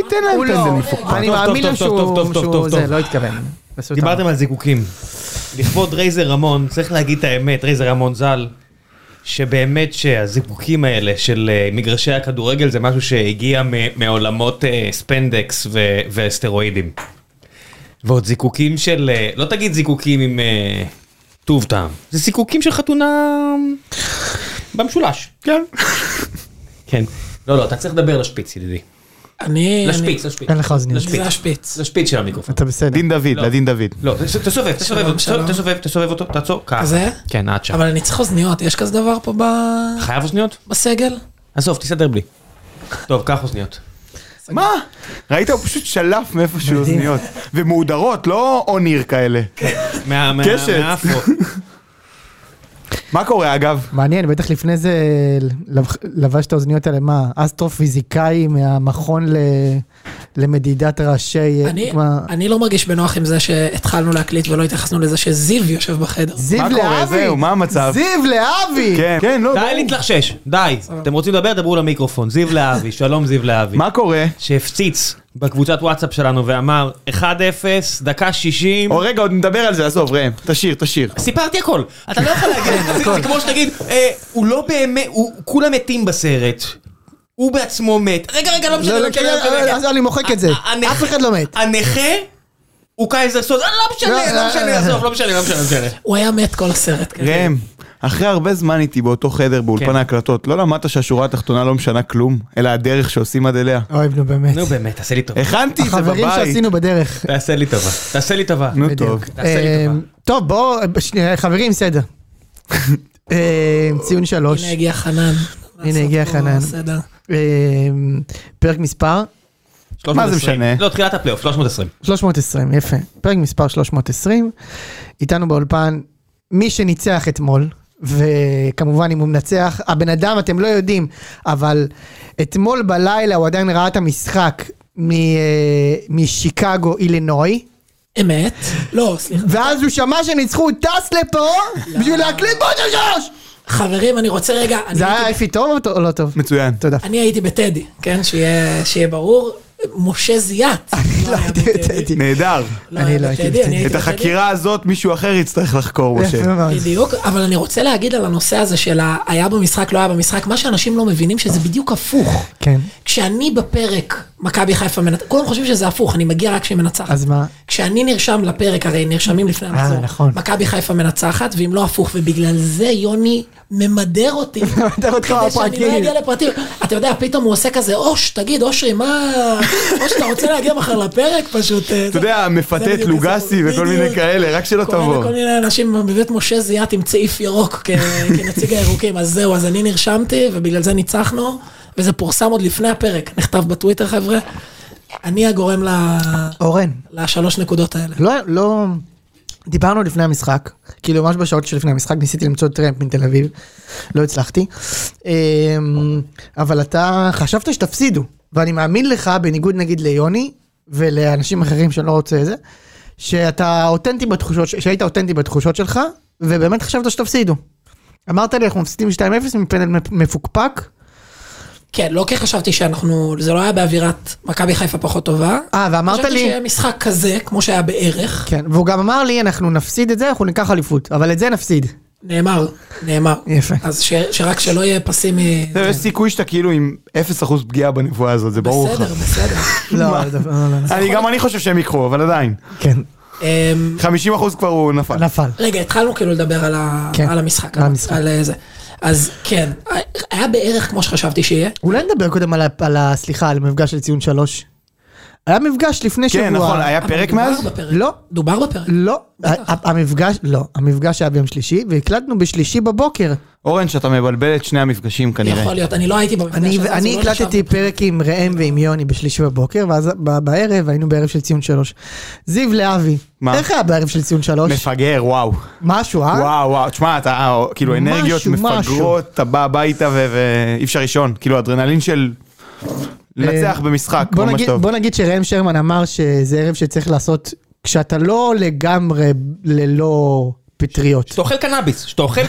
תן להם את זה מפוקפק. אני מאמין לו שהוא זה, לא התכוון. דיברתם על זיקוקים. לכבוד רייזר רמון, צריך להגיד את האמת, רייזר רמון ז"ל, שבאמת שהזיקוקים האלה של מגרשי הכדורגל זה משהו שהגיע מעולמות ספנדקס וסטרואידים. ועוד זיקוקים של, לא תגיד זיקוקים עם טוב טעם, זה זיקוקים של חתונה במשולש. כן. כן. לא, אתה צריך לדבר לשפיץ, ידידי. לשפיץ. אין לך אוזניות. זה השפיץ. לשפיץ של המיקרופון. אתה בסדר. דין דוד, לדין דוד. לא, תסובב אותו, תעצור. כזה? כן, עד שם. אבל אני צריך אוזניות, יש כזה דבר פה חייב אוזניות? בסגל? עזוב, תסדר בלי. טוב, קח אוזניות. מה? ראית? הוא פשוט שלף מאיפשהו אוזניות. ומהודרות, לא אוניר כאלה. קשת. מה קורה אגב? מעניין, בטח לפני זה לבש את האוזניות האלה, מה? אסטרופיזיקאי מהמכון למדידת רעשי... אני לא מרגיש בנוח עם זה שהתחלנו להקליט ולא התייחסנו לזה שזיו יושב בחדר. זיו מה קורה? זהו, מה המצב? זיו להבי! כן, לא. די להתלחשש, די. אתם רוצים לדבר, דברו למיקרופון. זיו להבי, שלום זיו להבי. מה קורה? שהפציץ בקבוצת וואטסאפ שלנו ואמר 1-0, דקה 60. או רגע, עוד נדבר על זה, עזוב, ראם, תשאיר. סיפרתי הכל. אתה לא יכול להגיד, זה כמו שתגיד, הוא לא באמת, כולם מתים בסרט. הוא בעצמו מת. רגע, לא משנה. אז אני מוחק את זה. אף אחד לא מת. הנכה הוא קייזר סוז. לא משנה, עזוב, לא משנה. הוא היה מת כל הסרט. ראם, אחרי הרבה זמן איתי באותו חדר באולפן ההקלטות, לא למדת שהשורה התחתונה לא משנה כלום, אלא הדרך שעושים עד אליה. אוי, נו באמת, תעשה לי טובה. הכנתי את זה בבית. החברים שעשינו בדרך. תעשה לי טובה. נו טוב. טוב, בואו, חברים, סדר. ציון 3. הנה הגיע חנן. פרק מספר? מה זה משנה? לא, תחילת הפלייאוף, 320. 320, יפה. פרק מספר 320. איתנו באולפן, מי שניצח אתמול, וכמובן אם הוא מנצח, הבן אדם אתם לא יודעים, אבל אתמול בלילה הוא עדיין ראה את המשחק משיקגו, אילינוי. אמת? לא, סליחה. ואז הוא שמע שניצחו, הוא טס לפה, בשביל להקליט בו שלוש! חברים, אני רוצה רגע... זה היה איפי טוב או לא טוב? מצוין. תודה. אני הייתי בטדי, כן? שיהיה ברור. משה זיית. לא הייתי בטדי. נהדר. אני לא הייתי בטדי. את החקירה הזאת מישהו אחר יצטרך לחקור, משה. בדיוק, אבל אני רוצה להגיד על הנושא הזה של היה במשחק, לא היה במשחק, מה שאנשים לא מבינים שזה בדיוק הפוך. כן. כשאני בפרק מכבי חיפה מנצחת, כולם חושבים שזה הפוך, אני מגיע רק כשהיא מנצחת. אז מה? כשאני נרשם לפרק, הרי נרשמים לפני המחזור. נכון. מכבי חיפה מנצחת, ואם לא הפוך, ובגלל זה יוני ממדר אותי. ממדר אותך כדי שאני לא אגיע לפרטים. אתה יודע, פתאום הוא עושה כזה, תגיד, אושרי, מה... או שאתה רוצה להגיע מחר לפרק, פשוט... אתה יודע, מפתת לוגסי וכל מיני כאלה, רק שלא תבוא. כל מיני אנשים בבית משה זיית עם צעיף ירוק כנציג הירוקים, אז זהו, אז אני נרשמתי, ובגלל זה ניצחנו, וזה פורסם עוד לפני הפרק, נכתב בטוויטר, חבר'ה. אני הגורם אורן. לשלוש נקודות האלה. לא... דיברנו לפני המשחק, כאילו ממש בשעות שלפני המשחק, ניסיתי למצוא טרמפ מתל אביב, לא הצלחתי, אבל אתה חשבת שתפסידו, ואני מאמין לך, בניגוד נגיד ליוני, ולאנשים אחרים שאני לא רוצה את זה, שאתה אותנטי בתחושות, שהיית אותנטי בתחושות שלך, ובאמת חשבת שתפסידו. אמרת לי, אנחנו מפסידים 2-0 מפנדל מפוקפק, כן, לא כי חשבתי זה לא היה באווירת מכבי חיפה פחות טובה. ואמרת לי... חשבתי שהיה משחק כזה, כמו שהיה בערך. כן, והוא גם אמר לי, אנחנו נפסיד את זה, אנחנו ניקח אליפות, אבל את זה נפסיד. נאמר. יפה. אז שרק שלא יהיה פסימי... יש סיכוי שאתה כאילו עם 0% פגיעה בנבואה הזאת, זה ברור לך. בסדר. לא, אני חושב שהם יקחו, אבל עדיין. כן. 50% כבר הוא נפל. רגע, התחלנו כאילו לדבר על המשחק. על זה. אז כן, היה בערך כמו שחשבתי שיהיה. אולי נדבר קודם סליחה, על מפגש של ציון 3. היה מפגש לפני שבוע. כן, נכון, היה פרק מאז? לא. דובר בפרק? לא. המפגש היה ביום שלישי, והקלטנו בשלישי בבוקר. אורן, שאתה מבלבל את שני המפגשים כנראה. יכול להיות, אני לא הייתי במפגש הזה. אני הקלטתי פרק עם ראם ועם יוני בשלישי בבוקר, ואז בערב היינו בערב של ציון 3. זיו להבי, איך היה בערב של ציון 3? מפגר, וואו. משהו, וואו, תשמע, אתה כאילו אנרגיות מפגרות, אתה בא הביתה ואי אפשר ראשון, כאילו אדרנלין של לנצח במשחק. בוא נגיד שראם שרמן אמר שזה ערב שצריך לעשות, כשאתה לא לגמרי ללא פטריות. שאתה אוכל קנאביס,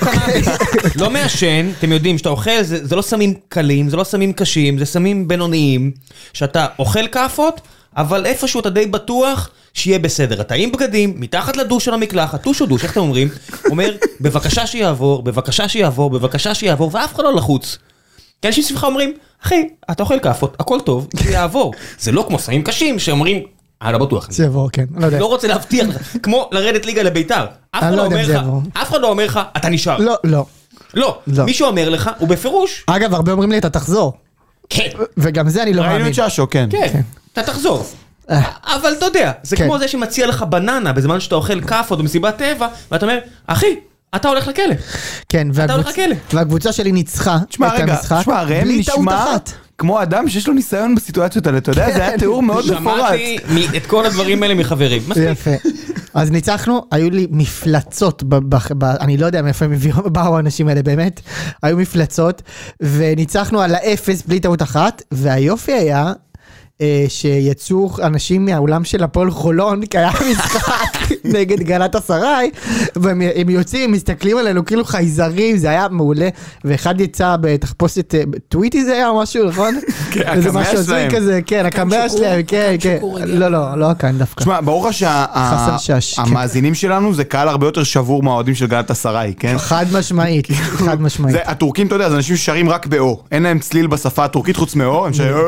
לא מעשן, אתם יודעים, שאתה אוכל, זה לא סמים קלים, זה לא סמים קשים, זה סמים בינוניים, שאתה אוכל כאפות, אבל איפשהו אתה די בטוח שיהיה בסדר. אתה עם בגדים, מתחת לדוש של המקלחת, טוש או דוש, איך אתם אומרים? אומר, בבקשה שיעבור, בבקשה שיעבור, בבקשה שיעבור, ואף אחד לא לחוץ. כי אנשים סביבך אומרים, אחי, אתה אוכל כאפות, הכל טוב, זה יעבור. זה לא כמו סמים קשים שאומרים, לא בטוח. זה יעבור, כן. לא רוצה להבטיח לך, כמו לרדת ליגה לביתר. אף אחד לא אומר לך, אתה נשאר. לא, מישהו אומר לך, הוא בפירוש. אגב, הרבה אומרים לי, אתה תחזור. כן. וגם זה אני לא מאמין. ראינו את ששו, כן. כן, אתה תחזור. אבל אתה יודע, זה כמו זה שמציע לך בננה בזמן שאתה אוכל כאפות או מסיבת טבע, ואתה אומר, אחי, אתה הולך לכלא. כן, והקבוצה שלי ניצחה את המשחק. תשמע, ראם נשמע כמו אדם שיש לו ניסיון בסיטואציות האלה, אתה יודע, זה היה תיאור מאוד מפורט. שמעתי את כל הדברים האלה מחברים. יפה. אז ניצחנו, היו לי מפלצות, אני לא יודע מאיפה הם באו האנשים האלה באמת, היו מפלצות, וניצחנו על האפס בלי טעות אחת, והיופי היה שיצאו אנשים מהאולם של הפועל חולון, כי היה משחק נגד גלת הסריי, והם יוצאים, מסתכלים עלינו כאילו חייזרים, זה היה מעולה, ואחד יצא בתחפושת טוויטי זה היה או משהו, נכון? כן, הקמאה שלהם. כן, הקמאה שלהם, כן, כן. לא כאן דווקא. תשמע, ברור לך שהמאזינים שלנו זה קהל הרבה יותר שבור מהאוהדים של גלת הסריי, כן? חד משמעית. הטורקים, אתה יודע, זה אנשים ששרים רק באו, אין להם צליל בשפה הטורקית חוץ מאו, הם שרים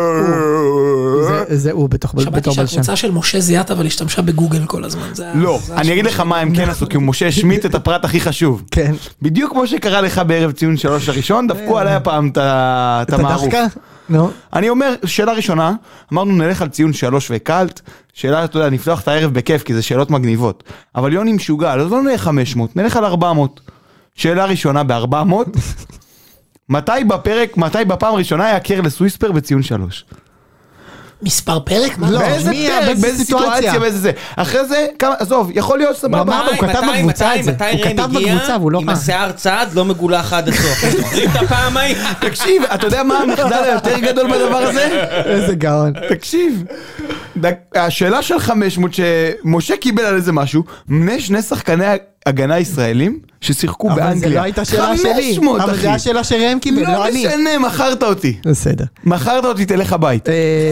זה הוא בתור בלשן. שמעתי שהקבוצה של משה זיית אבל השתמשה בגוגל כל הזמן. לא, אני אגיד לך מה הם כן עשו, כי משה השמיט את הפרט הכי חשוב. כן. בדיוק כמו שקרה לך בערב ציון 3 הראשון, דפקו עליי הפעם את המערוף. אני אומר, שאלה ראשונה, אמרנו נלך על ציון 3 וקלט, שאלה, אתה יודע, נפתח את הערב בכיף, כי זה שאלות מגניבות. אבל יוני משוגע, אז לא נלך 500, נלך על 400. שאלה ראשונה ב-400, מתי בפעם ראשונה היה קר לסוויספר בציון 3? מספר פרק? לא, באיזה פרק, באיזה סיטואציה, באיזה זה. אחרי זה, עזוב, יכול להיות סבבה. הוא כתב בקבוצה את זה. הוא כתב בקבוצה, והוא לא עם השיער צעד לא מגולח עד הסוף. זוכרים את הפעם ההיא? תקשיב, אתה יודע מה המחדל היותר גדול בדבר הזה? איזה גאון. תקשיב, השאלה של 500 שמשה קיבל על איזה משהו, מנה 2 שחקני הגנה ישראלים ששיחקו באנגליה. אבל זה לא הייתה שאלה שלי. אבל זה היה שאלה שראם קיבל, לא אני. לא משנה, מכרת אותי. בסדר. מכרת אותי, תלך הבית.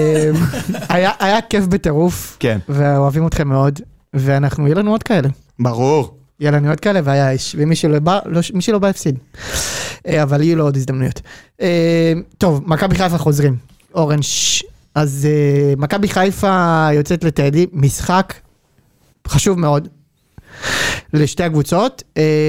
היה כיף בטירוף. כן. ואוהבים אתכם מאוד. ואנחנו, יהיה לנו עוד כאלה. ברור. יהיה לנו עוד כאלה, והיה איש. ומי שלא בא הפסיד. אבל יהיו לו עוד הזדמנויות. טוב, מכבי חיפה חוזרים. אורן, אז מכבי חיפה יוצאת לטדי, משחק חשוב מאוד. לשתי הקבוצות.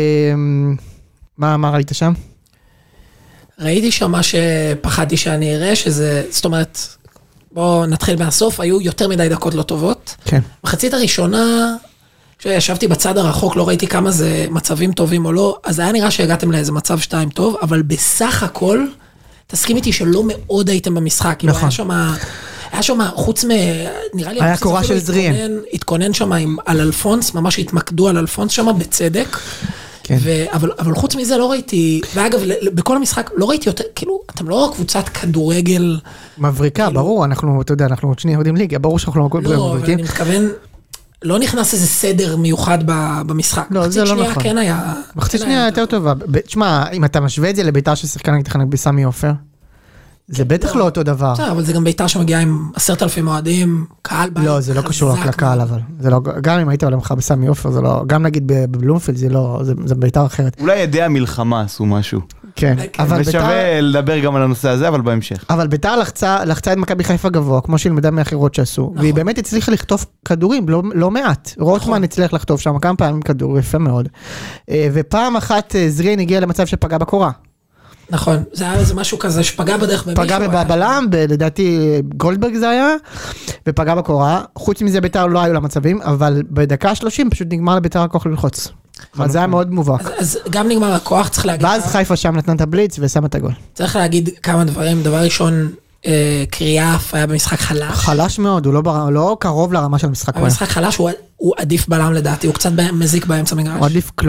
מה ראית שם? ראיתי שם מה שפחדתי שאני אראה, שזה, זאת אומרת, בואו נתחיל מהסוף, היו יותר מדי דקות לא טובות. כן. מחצית הראשונה, כשישבתי בצד הרחוק, לא ראיתי כמה זה מצבים טובים או לא, אז היה נראה שהגעתם לאיזה מצב 2 טוב, אבל בסך הכל, תסכים איתי שלא מאוד הייתם במשחק. נכון. היה שם, חוץ נראה לי... היה קורה של זריאן. התכונן שם על אלפונס, ממש התמקדו על אלפונס שם בצדק. כן. אבל חוץ מזה לא ראיתי, ואגב, בכל המשחק לא ראיתי יותר, כאילו, אתם לא קבוצת כדורגל... מבריקה, ברור, אנחנו, אתה יודע, אנחנו עוד שני יודעים ליגה, ברור שאנחנו לא מבריקים. לא, אבל אני מתכוון, לא נכנס איזה סדר מיוחד במשחק. לא, זה לא נכון. כן היה... מחצית שנייה יותר טובה. תשמע, אם אתה משווה את זה לביתר ששיחקה נגד חנק בסמי עופר, זה בטח לא אותו דבר. אבל זה גם ביתר שמגיעה עם 10,000 אוהדים, קהל בית. לא, זה לא קשור רק לקהל, אבל. גם אם היית עולה לך בסמי עופר, זה לא, גם נגיד בבלומפילד, זה לא, זה ביתר אחרת. אולי ידי המלחמה עשו משהו. כן. ושווה לדבר גם על הנושא הזה, אבל בהמשך. אבל ביתר לחצה את מכבי חיפה גבוה, כמו שלמדה מאחרות שעשו, והיא באמת הצליחה לכתוב כדורים, לא מעט. רוטמן הצליח לכתוב שם כמה פעמים כדור, יפה מאוד. ופעם אחת זריאן הגיע למצב שפגע בקורה. נכון, זה היה איזה משהו כזה שפגע בדרך במישהו. פגע בבלם, לדעתי גולדברג זה היה, ופגע בקורה. חוץ מזה ביתר לא היו לה מצבים, אבל בדקה 30 פשוט נגמר לביתר הכוח ללחוץ. אז זה היה מאוד מובהק. אז גם נגמר הכוח, צריך להגיד. ואז חיפה שם נתן את הבליץ ושם את הגול. צריך להגיד כמה דברים. דבר ראשון, קריאף היה במשחק חלש. חלש מאוד, הוא לא קרוב לרמה של המשחק. במשחק חלש הוא עדיף בלם לדעתי, הוא קצת מזיק באמצע מגרש. הוא עדיף כלום.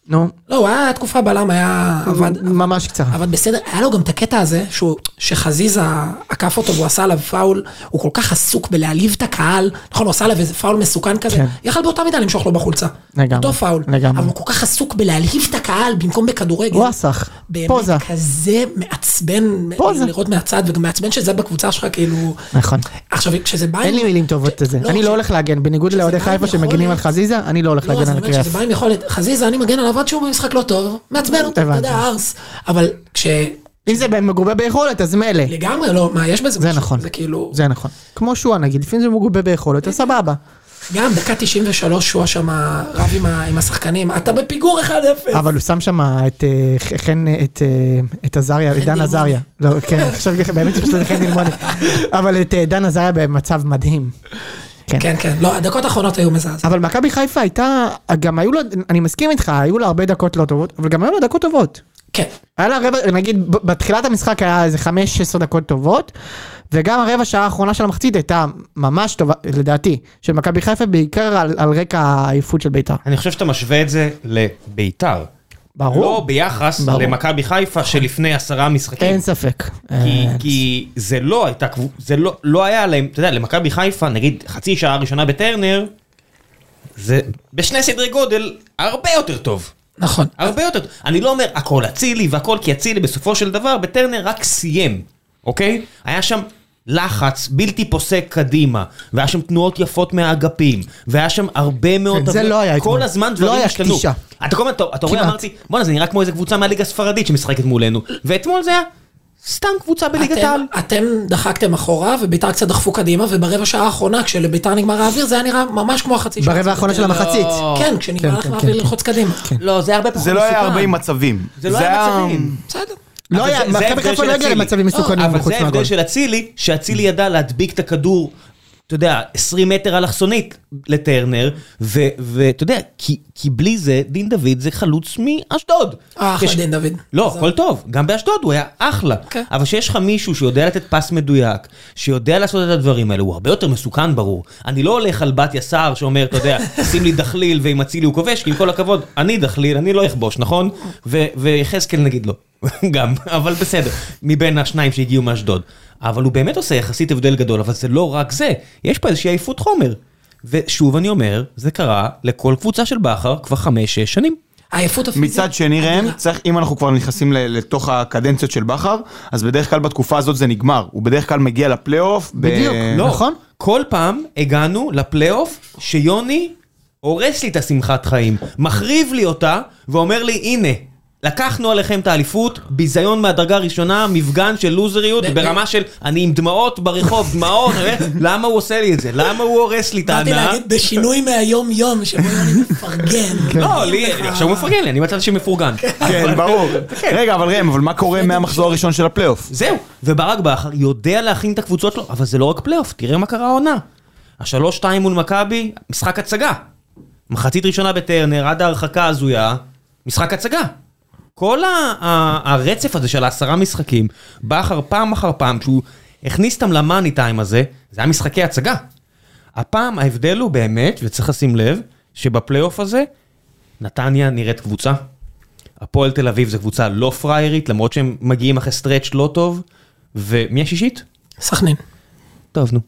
נו. לא, הוא היה תקופה בלם, היה עבד. ממש קצר. עבד בסדר, היה לו גם את הקטע הזה, שחזיזה עקף אותו והוא עשה עליו פאול, הוא כל כך עסוק בלהעליב את הקהל, נכון, הוא עשה עליו איזה פאול מסוכן כזה, יכל באותה מידה למשוך לו בחולצה. לגמרי. אותו פאול. אבל הוא כל כך עסוק בלהעליב את הקהל במקום בכדורגל. הוא עסך. פוזה. באמת כזה מעצבן, לראות מהצד, וגם מעצבן שזה בקבוצה שלך, כאילו... נכון. עכשיו, כשזה בא... אין לי מילים טובות לזה. אני לא הולך להגן, בניגוד לאוהדי חיפה שמגנים על חזיזה, אני לא הולך להגן על הקריאף. כשזה בא עם יכולת, חזיזה, אני מגן עליו עד שהוא במשחק לא טוב, מעצבן אותו, אתה יודע, ארס. אבל אם זה מגובה ביכולת, אז מלא. לגמרי, לא, מה, יש בזה? זה נכון. זה כאילו... זה נכון. כמו שואה, נגיד, לפעמים זה מגובה ביכולת, אז סבבה. גם דקה 93 שואה שם רב עם השחקנים, אתה בפיגור 1-0. אבל הוא שם שם את עזריה, את דן עזריה. לא, כן, עכשיו באמת יש לזה חן דילמוני. אבל את דן עזריה במצב מדהים. כן, כן, לא, הדקות האחרונות היו מזעזעות. אבל מכבי חיפה הייתה, גם היו לה, אני מסכים איתך, היו לה הרבה דקות לא טובות, אבל גם היו לה דקות טובות. כן. היה לה רבע, נגיד, בתחילת המשחק היה איזה 15 דקות טובות, וגם הרבע שעה האחרונה של המחצית הייתה ממש טובה, לדעתי, של מכבי חיפה, בעיקר על רקע העייפות של ביתר. אני חושב שאתה משווה את זה לביתר. ברור. לא ביחס למכבי חיפה שלפני 10 משחקים. אין ספק. כי זה לא הייתה, זה לא היה להם, אתה יודע, למכבי חיפה, נגיד חצי שעה ראשונה בטרנר, זה בשני סדרי גודל הרבה יותר טוב. נכון. הרבה יותר טוב. אני לא אומר הכל אצילי והכל, כי אצילי בסופו של דבר בטרנר רק סיים, אוקיי? היה שם לחץ בלתי פוסק קדימה, והיה שם תנועות יפות מהאגפים, והיה שם הרבה מאוד... זה לא היה כל הזמן דברים השתנו. לא היה קטישה. אתה רואה, אמרתי, בוא'נה, זה נראה כמו איזה קבוצה מהליגה הספרדית שמשחקת מולנו, ואתמול זה היה סתם קבוצה בליגת העל. אתם דחקתם אחורה, וביתר קצת דחפו קדימה, וברבע שעה האחרונה, כשלביתר נגמר האוויר, זה היה נראה ממש כמו החצי שעה. ברבע האחרונה של המחצית. כן, כשנגמר האוויר ללחוץ קדימה. לא, זה הרבה פחות מסוכן. זה לא היה הרבה מצבים. זה לא היה מצבים. בסדר. לא היה, מכבי חיפה לא הגיע למצבים מסוכנים. אבל זה ההבדל של אצילי, שאצילי ידע להדביק את הכדור, אתה יודע, 20 מטר אלכסונית לטרנר, ואתה יודע, כי בלי זה, דין דוד זה חלוץ מאשדוד. אחלה דין דוד. לא, הכל טוב, גם באשדוד הוא היה אחלה. אבל שיש לך מישהו שיודע לתת פס מדויק, שיודע לעשות את הדברים האלה, הוא הרבה יותר מסוכן ברור. אני לא הולך על בת יסר שאומר, אתה יודע, שים לי דחליל ועם אצילי הוא כובש, כי עם כל הכבוד, אני דחליל, אני לא אכבוש, נכון? וחזקאל נגיד לא. גם, אבל בסדר, מבין השניים שהגיעו מאשדוד. אבל הוא באמת עושה יחסית הבדל גדול, אבל זה לא רק זה. יש פה איזושהי עייפות חומר. ושוב אני אומר, זה קרה לכל קבוצה של בכר כבר 5-6 שנים. מצד שני ראם, אם אנחנו כבר נכנסים לתוך הקדנציות של בכר, אז בדרך כלל בתקופה הזאת זה נגמר. הוא בדרך כלל מגיע לפלייאוף. בדיוק, נכון? כל פעם הגענו לפלייאוף שיוני הורס לי את השמחת חיים, מחריב לי אותה ואומר לי, הנה, לקחנו עליכם את האליפות, ביזיון מהדרגה הראשונה, מפגן של לוזריות, ברמה של אני עם דמעות ברחוב, דמעות, למה הוא עושה לי את זה? למה הוא הורס לי את הענה? באתי להגיד, בשינוי מהיום יום, שבו אני מפרגן. לא, עכשיו הוא מפרגן לי, אני מצד שמפורגן. כן, ברור. רגע, אבל ראם, אבל מה קורה מהמחזור הראשון של הפלייאוף? זהו, וברק בכר יודע להכין את הקבוצות שלו, אבל זה לא רק פלייאוף, תראה מה קרה העונה. 3-2 מול מכבי, משחק הצגה. מחצית ראשונה בטרנר, עד ההרחקה הזויה, משחק הצגה. כל הרצף הזה של 10 משחקים, בכר פעם אחר פעם, כשהוא הכניס אותם למאני טיים הזה, זה היה משחקי הצגה. הפעם ההבדל הוא באמת, וצריך לשים לב, שבפלייאוף הזה, נתניה נראית קבוצה. הפועל תל אביב זה קבוצה לא פריירית, למרות שהם מגיעים אחרי סטרץ' לא טוב. ומי השישית? סכנין. טוב, נו.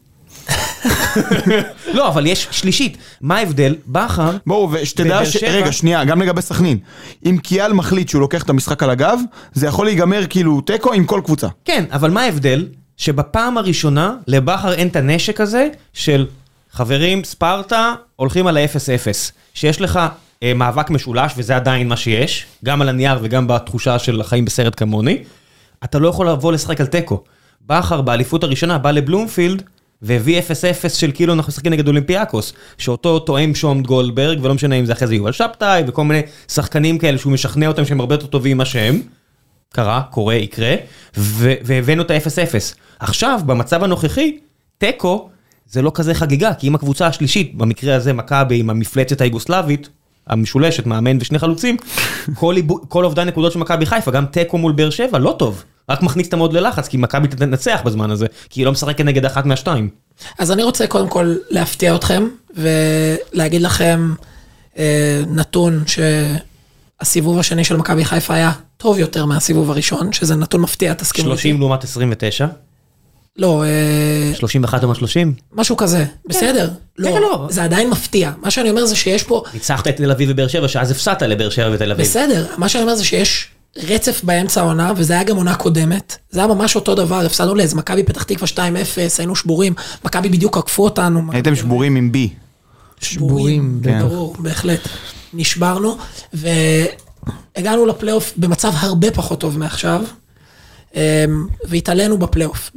לא, אבל יש שלישית. מה ההבדל? בכר... בואו, ושתדע רגע, שנייה, גם לגבי סכנין. אם קיאל מחליט שהוא לוקח את המשחק על הגב, זה יכול להיגמר כאילו טקו עם כל קבוצה. כן, אבל מה ההבדל? שבפעם הראשונה לבכר אין את הנשק הזה של חברים, ספרטה, הולכים על ה-0-0. שיש לך מאבק משולש, וזה עדיין מה שיש, גם על הנייר וגם בתחושה של החיים בסרט כמוני. אתה לא יכול לבוא לשחק על טקו. בכר באליפות הראשונה בא לבלומפילד, והביא 0-0 של כאילו אנחנו שחקים נגד אולימפיאקוס, שאותו תואם שום גולדברג, ולא משנה אם זה אחרי זה יובל שבתאי, וכל מיני שחקנים כאלה שהוא משכנע אותם שהם הרבה יותר טובים מה שהם, קרה, קורה, יקרה, והבאנו את ה-0-0. עכשיו, במצב הנוכחי, טקו זה לא כזה חגיגה, כי אם הקבוצה השלישית, במקרה הזה מכבי עם המפלצת היוגוסלבית, המשולשת, מאמן ושני חלוצים, כל אובדן נקודות של מכבי חיפה, גם טקו מול באר שבע, לא טוב. רק מכניס אותם עוד ללחץ, כי מכבי תנצח בזמן הזה, כי היא לא משחקת נגד אחת מהשתיים. אז אני רוצה קודם כל להפתיע אתכם, ולהגיד לכם נתון הסיבוב השני של מכבי חיפה היה טוב יותר מהסיבוב הראשון, שזה נתון מפתיע, תסכים. 30 לעומת 29? לא, 31 לעומת 30? משהו כזה, בסדר. לא, זה עדיין מפתיע. מה שאני אומר זה שיש פה... ניצחת את תל אביב ובאר שבע, שאז הפסדת לבאר שבע ותל אביב. בסדר, מה שאני אומר זה שיש רצף באמצע העונה, וזה היה גם עונה קודמת. זה היה ממש אותו דבר, הפסדנו לאיזה מכבי פתח תקווה 2-0, היינו שבורים, מכבי בדיוק עקפו אותנו. הייתם שבורים עם בי. שבורים, ברור, בהחלט. נשברנו, והגענו לפלייאוף במצב הרבה פחות טוב מעכשיו, והתעלינו בפלייאוף,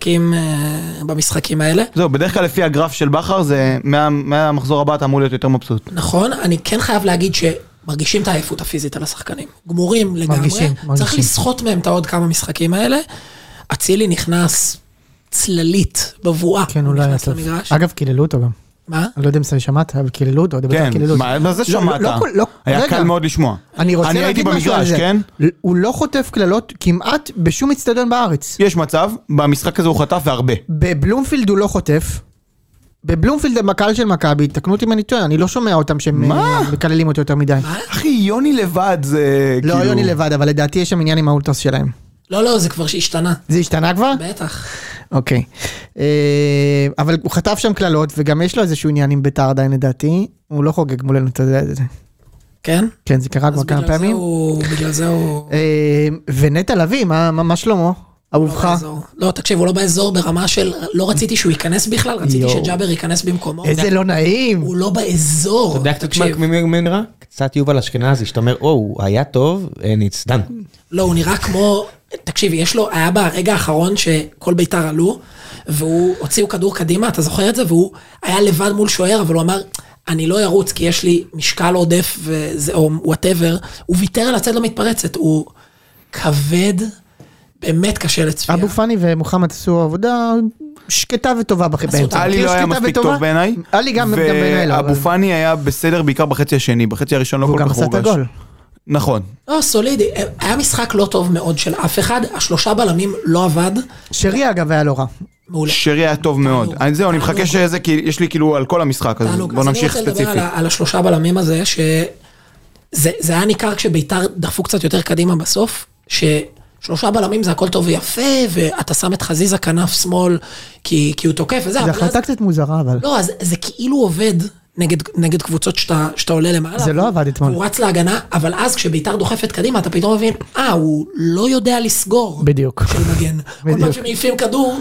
במשחקים האלה. זהו, בדרך כלל לפי הגרף של בחר, זה מהמחזור הבא אתה אמור להיות יותר מבסוט. נכון, אני כן חייב להגיד שמרגישים את העייפות הפיזית על השחקנים. גמורים לגמרי, צריך לסחוט מהם את עוד כמה משחקים האלה. אצילי נכנס צללית, בבואה. כן, אולי היה טוב. אגב, קיללו אותו גם. מה? אני לא יודע אם שמעת, אבל קיללו אותו. כן, מה זה שמעת? היה קל מאוד לשמוע. אני הייתי במגרש, כן? הוא לא חוטף קללות כמעט בשום אצטדיון בארץ. יש מצב, במשחק הזה הוא חטף והרבה. בבלומפילד הוא לא חוטף. בבלומפילד בקהל של מכבי, תקנו אותי אם אני טועה, אני לא שומע אותם שהם מקללים אותו יותר מדי. אחי, יוני לבד זה לא יוני לבד, אבל לדעתי יש שם עניין עם האולטרס שלהם. לא, זה כבר שהשתנה. זה השתנה כבר? בטח. אוקיי. אבל הוא חטף שם קללות, וגם יש לו איזשהו עניין עם בית"ר עדיין לדעתי. הוא לא חוגג מולנו, אתה יודע את זה. כן? כן, זה קרה כבר כמה פעמים. בגלל זה הוא... ונטע לביא, מה שלמה? אהובך? לא, תקשיב, הוא לא באזור ברמה של... לא רציתי שהוא ייכנס בכלל, רציתי שג'אבר ייכנס במקומו. איזה לא נעים. הוא לא באזור. אתה יודע קצת מי נראה? קצת יובל אשכנזי, שאתה אומר, הוא היה טוב, נצדן. לא, הוא נראה כמו... תקשיב, יש לו, היה ברגע האחרון שכל בית"ר עלו, והוא הוציאו כדור קדימה, אתה זוכר את זה? והוא היה לבד מול שוער, אבל הוא אמר, אני לא ירוץ, כי יש לי משקל עודף, או whatever, הוא ויתר על הצד למתפרצת, הוא כבד, באמת קשה לצפייה. אבו פני ומוחמד עשו עבודה שקטה וטובה באמצע. אלי לא היה מספיק טוב בעיניי, אלי גם בעיניי לא. ואבו פני היה בסדר בעיקר בחצי השני, בחצי הראשון לא כל כך הורגש. נכון. לא, סולידי. היה משחק לא טוב מאוד של אף אחד, השלושה בלמים לא עבד. שרי אגב היה לא רע. מעולה. שרי היה טוב מאוד. זהו, אני מחכה שזה, כי יש לי כאילו על כל המשחק, אז בוא נמשיך ספציפי. אני רוצה לדבר על השלושה בלמים הזה, שזה היה ניכר כשביתר דחפו קצת יותר קדימה בסוף, ששלושה בלמים זה הכל טוב ויפה, ואתה שם את חזיזה כנף שמאל, כי הוא תוקף וזה. זה החלטה קצת מוזרה, אבל. לא, אז זה כאילו עובד נגד קבוצות שאתה עולה למעלה. זה לא עבד אתמול. הוא רץ להגנה, אבל אז כשביתר דוחפת קדימה, אתה פתאום מבין, הוא לא יודע לסגור. בדיוק. של מגן. כל פעם שמעיפים כדור,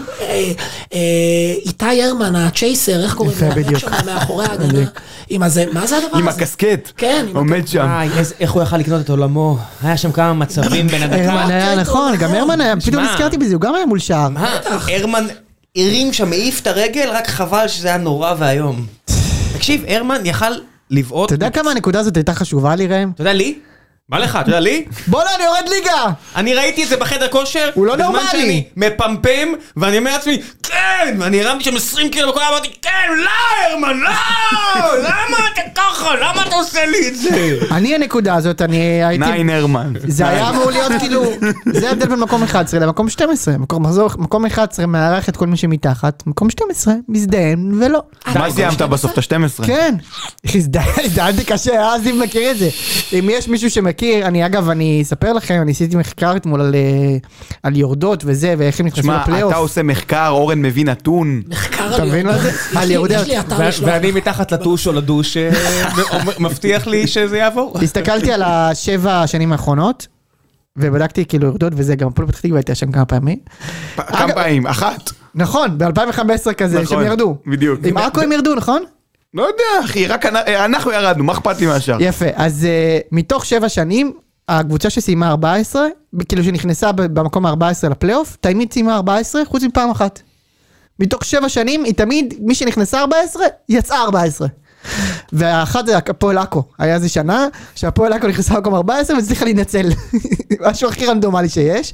איתי הרמן, הצ'ייסר, איך קוראים? יפה, בדיוק. מאחורי ההגנה. מה זה הדבר הזה? עם הקסקט. כן. עומד שם. איך הוא יכל לקנות את עולמו? היה שם כמה מצבים בין הדקות. הרמן היה נכון, גם הרמן היה, פתאום הזכרתי בזה, הוא גם היה מול שער. הרמן הרים שם, העיף את הרגל, רק חבל שזה היה נורא והיום. תקשיב, הרמן יכל לבעוט... אתה יודע כמה הנקודה הזאת הייתה חשובה לי, ראם? אתה יודע לי? מה לך? אתה יודע לי? בוא'נה, אני יורד ליגה! אני ראיתי את זה בחדר כושר. הוא לא נורמלי. בזמן שאני מפמפם, ואני אומר לעצמי, כן! ואני הרמתי שם 20 קילו בכל אמרתי, כן! לא, הרמן, לא! למה אתה ככה? למה אתה עושה לי את זה? אני הנקודה הזאת, אני הייתי... 9 הרמן. זה היה אמור להיות כאילו... זה ההבדל בין מקום 11 למקום 12. מקום 11 מערך את כל מי שמתחת, מקום 12 מזדהן ולא. מה סיימת בסוף את ה-12? כן. הזדהנתי קשה, אז אם מכיר את זה. אם יש מישהו שמכיר, אני אספר לכם, אני עשיתי מחקר אתמול על יורדות וזה, ואיך הם נכנסו לפלייאוף. שמע, אתה עושה מחקר, אורן מביא נתון. מחקר אתה מבין מה זה? על יורדות. ואני מתחת לטוש או לדוש, מבטיח לי שזה יעבור. הסתכלתי על 7 השנים האחרונות, ובדקתי כאילו יורדות, וזה גם פה פתח תקווה הייתה שם כמה פעמים. כמה פעמים? אחת. נכון, ב-2015 כזה, שהם ירדו. בדיוק. עם עכו הם ירדו, נכון? לא יודע, אחי, רק אנחנו ירדנו, מה אכפת לי מהשאר? יפה, אז מתוך 7 שנים, הקבוצה שסיימה 14, כאילו שנכנסה במקום 14 לפלייאוף, תמיד סיימה 14, חוץ מפעם אחת. מתוך 7 שנים, היא תמיד, מי שנכנסה 14, יצאה 14. והאחת זה הפועל עכו, היה איזה שנה, שהפועל עכו נכנסה במקום 14, וצריכה להינצל. משהו הכי רנדומלי שיש.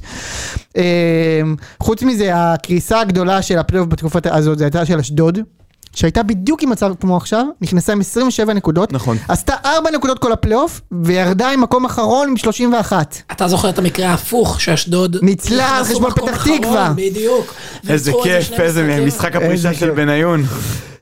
חוץ מזה, הקריסה הגדולה של הפלייאוף בתקופת הזאת, זה הייתה של אשדוד, שהייתה בדיוק עם מצב כמו עכשיו, נכנסה עם 27 נקודות, נכון. עשתה 4 נקודות כל הפלייאוף, וירדה עם מקום אחרון עם 31. אתה זוכר את המקרה ההפוך, שאשדוד ניצלה על חשבון פתח תקווה. בדיוק. איזה כיף, איזה משחק הפרישה של בניון.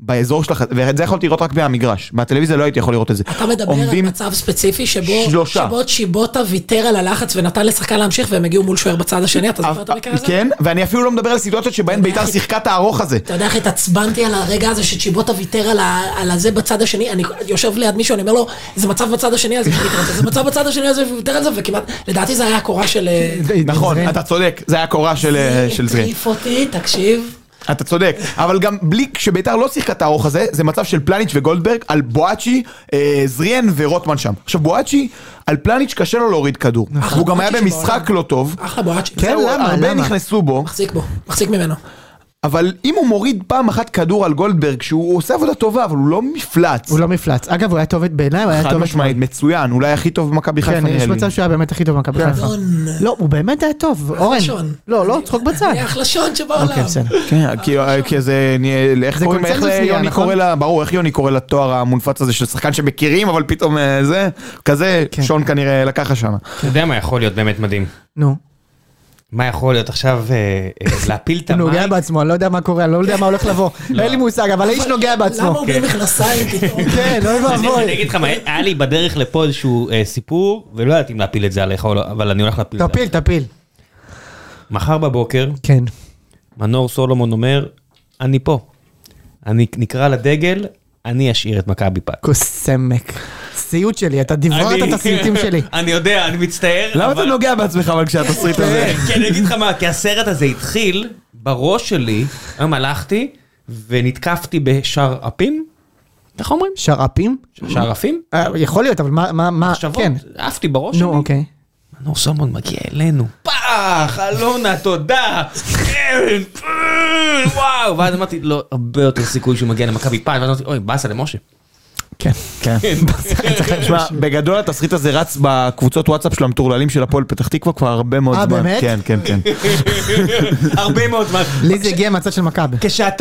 באזור שלך, ואת זה יכולתי לראות רק מהמגרש, מהטלוויזיה לא הייתי יכול לראות את זה. אתה מדבר על מצב ספציפי שבו צ'יבוטה ויתר על הלחץ ונתן לשחקן להמשיך והם הגיעו מול שוער בצד השני, אתה זוכר את המקרה הזה? כן, ואני אפילו לא מדבר על סיטואציות שבהן בית"ר שיחקה את הארוך הזה. אתה יודע איך התעצבנתי על הרגע הזה שצ'יבוטה ויתר על הזה בצד השני, אני יושב ליד מישהו, אני אומר לו, זה מצב בצד השני הזה, זה מצב בצד השני הזה, ויתר על זה, וכמעט, לדעתי זה היה הקורה של... נכון, אתה צודק, זה היה הקורה של זרין. זה הטריף אותי, תקשיב. אתה צודק, אבל גם בלי שביתר לא שיחקה את הארוך הזה, זה מצב של פלניץ' וגולדברג על בואצ'י, זריאן ורוטמן שם. עכשיו בואצ'י, על פלניץ' קשה לו להוריד כדור. הוא גם היה במשחק לא טוב. אחלה בואצ'י. כן, הרבה נכנסו בו. מחזיק ממנו. אבל אם הוא מוריד פעם אחת כדור על גולדברג, שהוא עושה עבודה טובה, אבל הוא לא מפלץ. הוא לא מפלץ. אגב, הוא היה טוב בעיניי, הוא היה טוב. חד משמעית, מצוין, אולי הכי טוב במכבי חיפה. כן, יש מצב שהוא היה באמת הכי טוב במכבי חיפה. לא, הוא באמת היה טוב. אורן. לא, צחוק בצד. היה החלשון שבעולם. כן, כי זה, איך יוני קורא לה, ברור, איך יוני קורא לתואר המונפץ הזה של שחקן שמכירים, אבל פתאום זה, כזה, שון כנראה לקחה שם. אתה יודע מה יכול להיות באמת מדהים? נו. מה יכול להיות עכשיו להפיל את המייק? הוא נוגע בעצמו, אני לא יודע מה קורה, אני לא יודע מה הולך לבוא. אין לי מושג, אבל האיש נוגע בעצמו. למה הוא בלי מכנסיים פתאום? כן, לא יבואי. אני אגיד לך מה, היה לי בדרך לפה איזשהו סיפור, ולא ידעתי אם להפיל את זה עליך או לא, אבל אני הולך להפיל את זה. תפיל. מחר בבוקר, כן. מנור סולומון אומר, אני פה. אני נקרא לדגל, אני אשאיר את מכבי פת. קוסמק. סיוט שלי, אתה דברת את הסיוטים שלי. אני יודע, אני מצטער. למה אתה נוגע בעצמך אבל כשהתסריט הזה? כן, אני אגיד לך מה, כי הסרט הזה התחיל בראש שלי, היום הלכתי ונתקפתי בשרעפים, איך אומרים? שרעפים? שרעפים? יכול להיות, אבל מה? מחשבות, עפתי בראש שלי. נו, אוקיי. מנור סולומון מגיע אלינו. פח, אלונה, תודה. כן, וואו. ואז אמרתי, לא, הרבה יותר סיכוי שהוא מגיע למכבי פת, ואז אמרתי, אוי, באסה למשה. כן. תשמע, בגדול התסריט הזה רץ בקבוצות וואטסאפ של המטורללים של הפועל פתח תקווה כבר הרבה מאוד זמן. באמת? כן. הרבה מאוד זמן. לי זה הגיע מהצד של מכבי.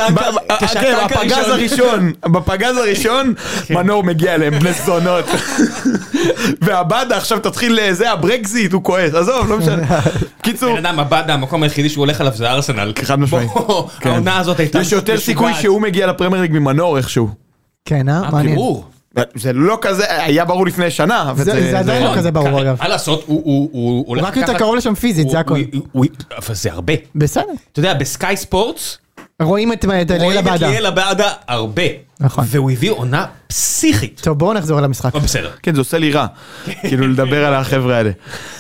בפגז הראשון, מנור מגיע אליהם בני זונות. והבאדה עכשיו תתחיל זה, הברקזיט, הוא כועס. עזוב, לא משנה. קיצור. בן אדם, הבאדה, המקום היחידי שהוא הולך עליו זה ארסנל. חד משמעית. העונה הזאת הייתה... יש יותר סיכוי שהוא מגיע לפרמייר ליג ממנור איכשהו. כן, מעניין. זה לא כזה, היה ברור לפני שנה. זה עדיין לא כזה ברור אגב. מה לעשות, הוא רק יותר קרוב לשם פיזית, זה הכל. אבל זה הרבה. בסדר. אתה יודע, בסקאי ספורטס, רואים את ליאל הבאדה הרבה. נכון. והוא הביא עונה פסיכית. טוב, בואו נחזור על המשחק. בסדר. כן, זה עושה לי רע. כאילו לדבר על החבר'ה האלה.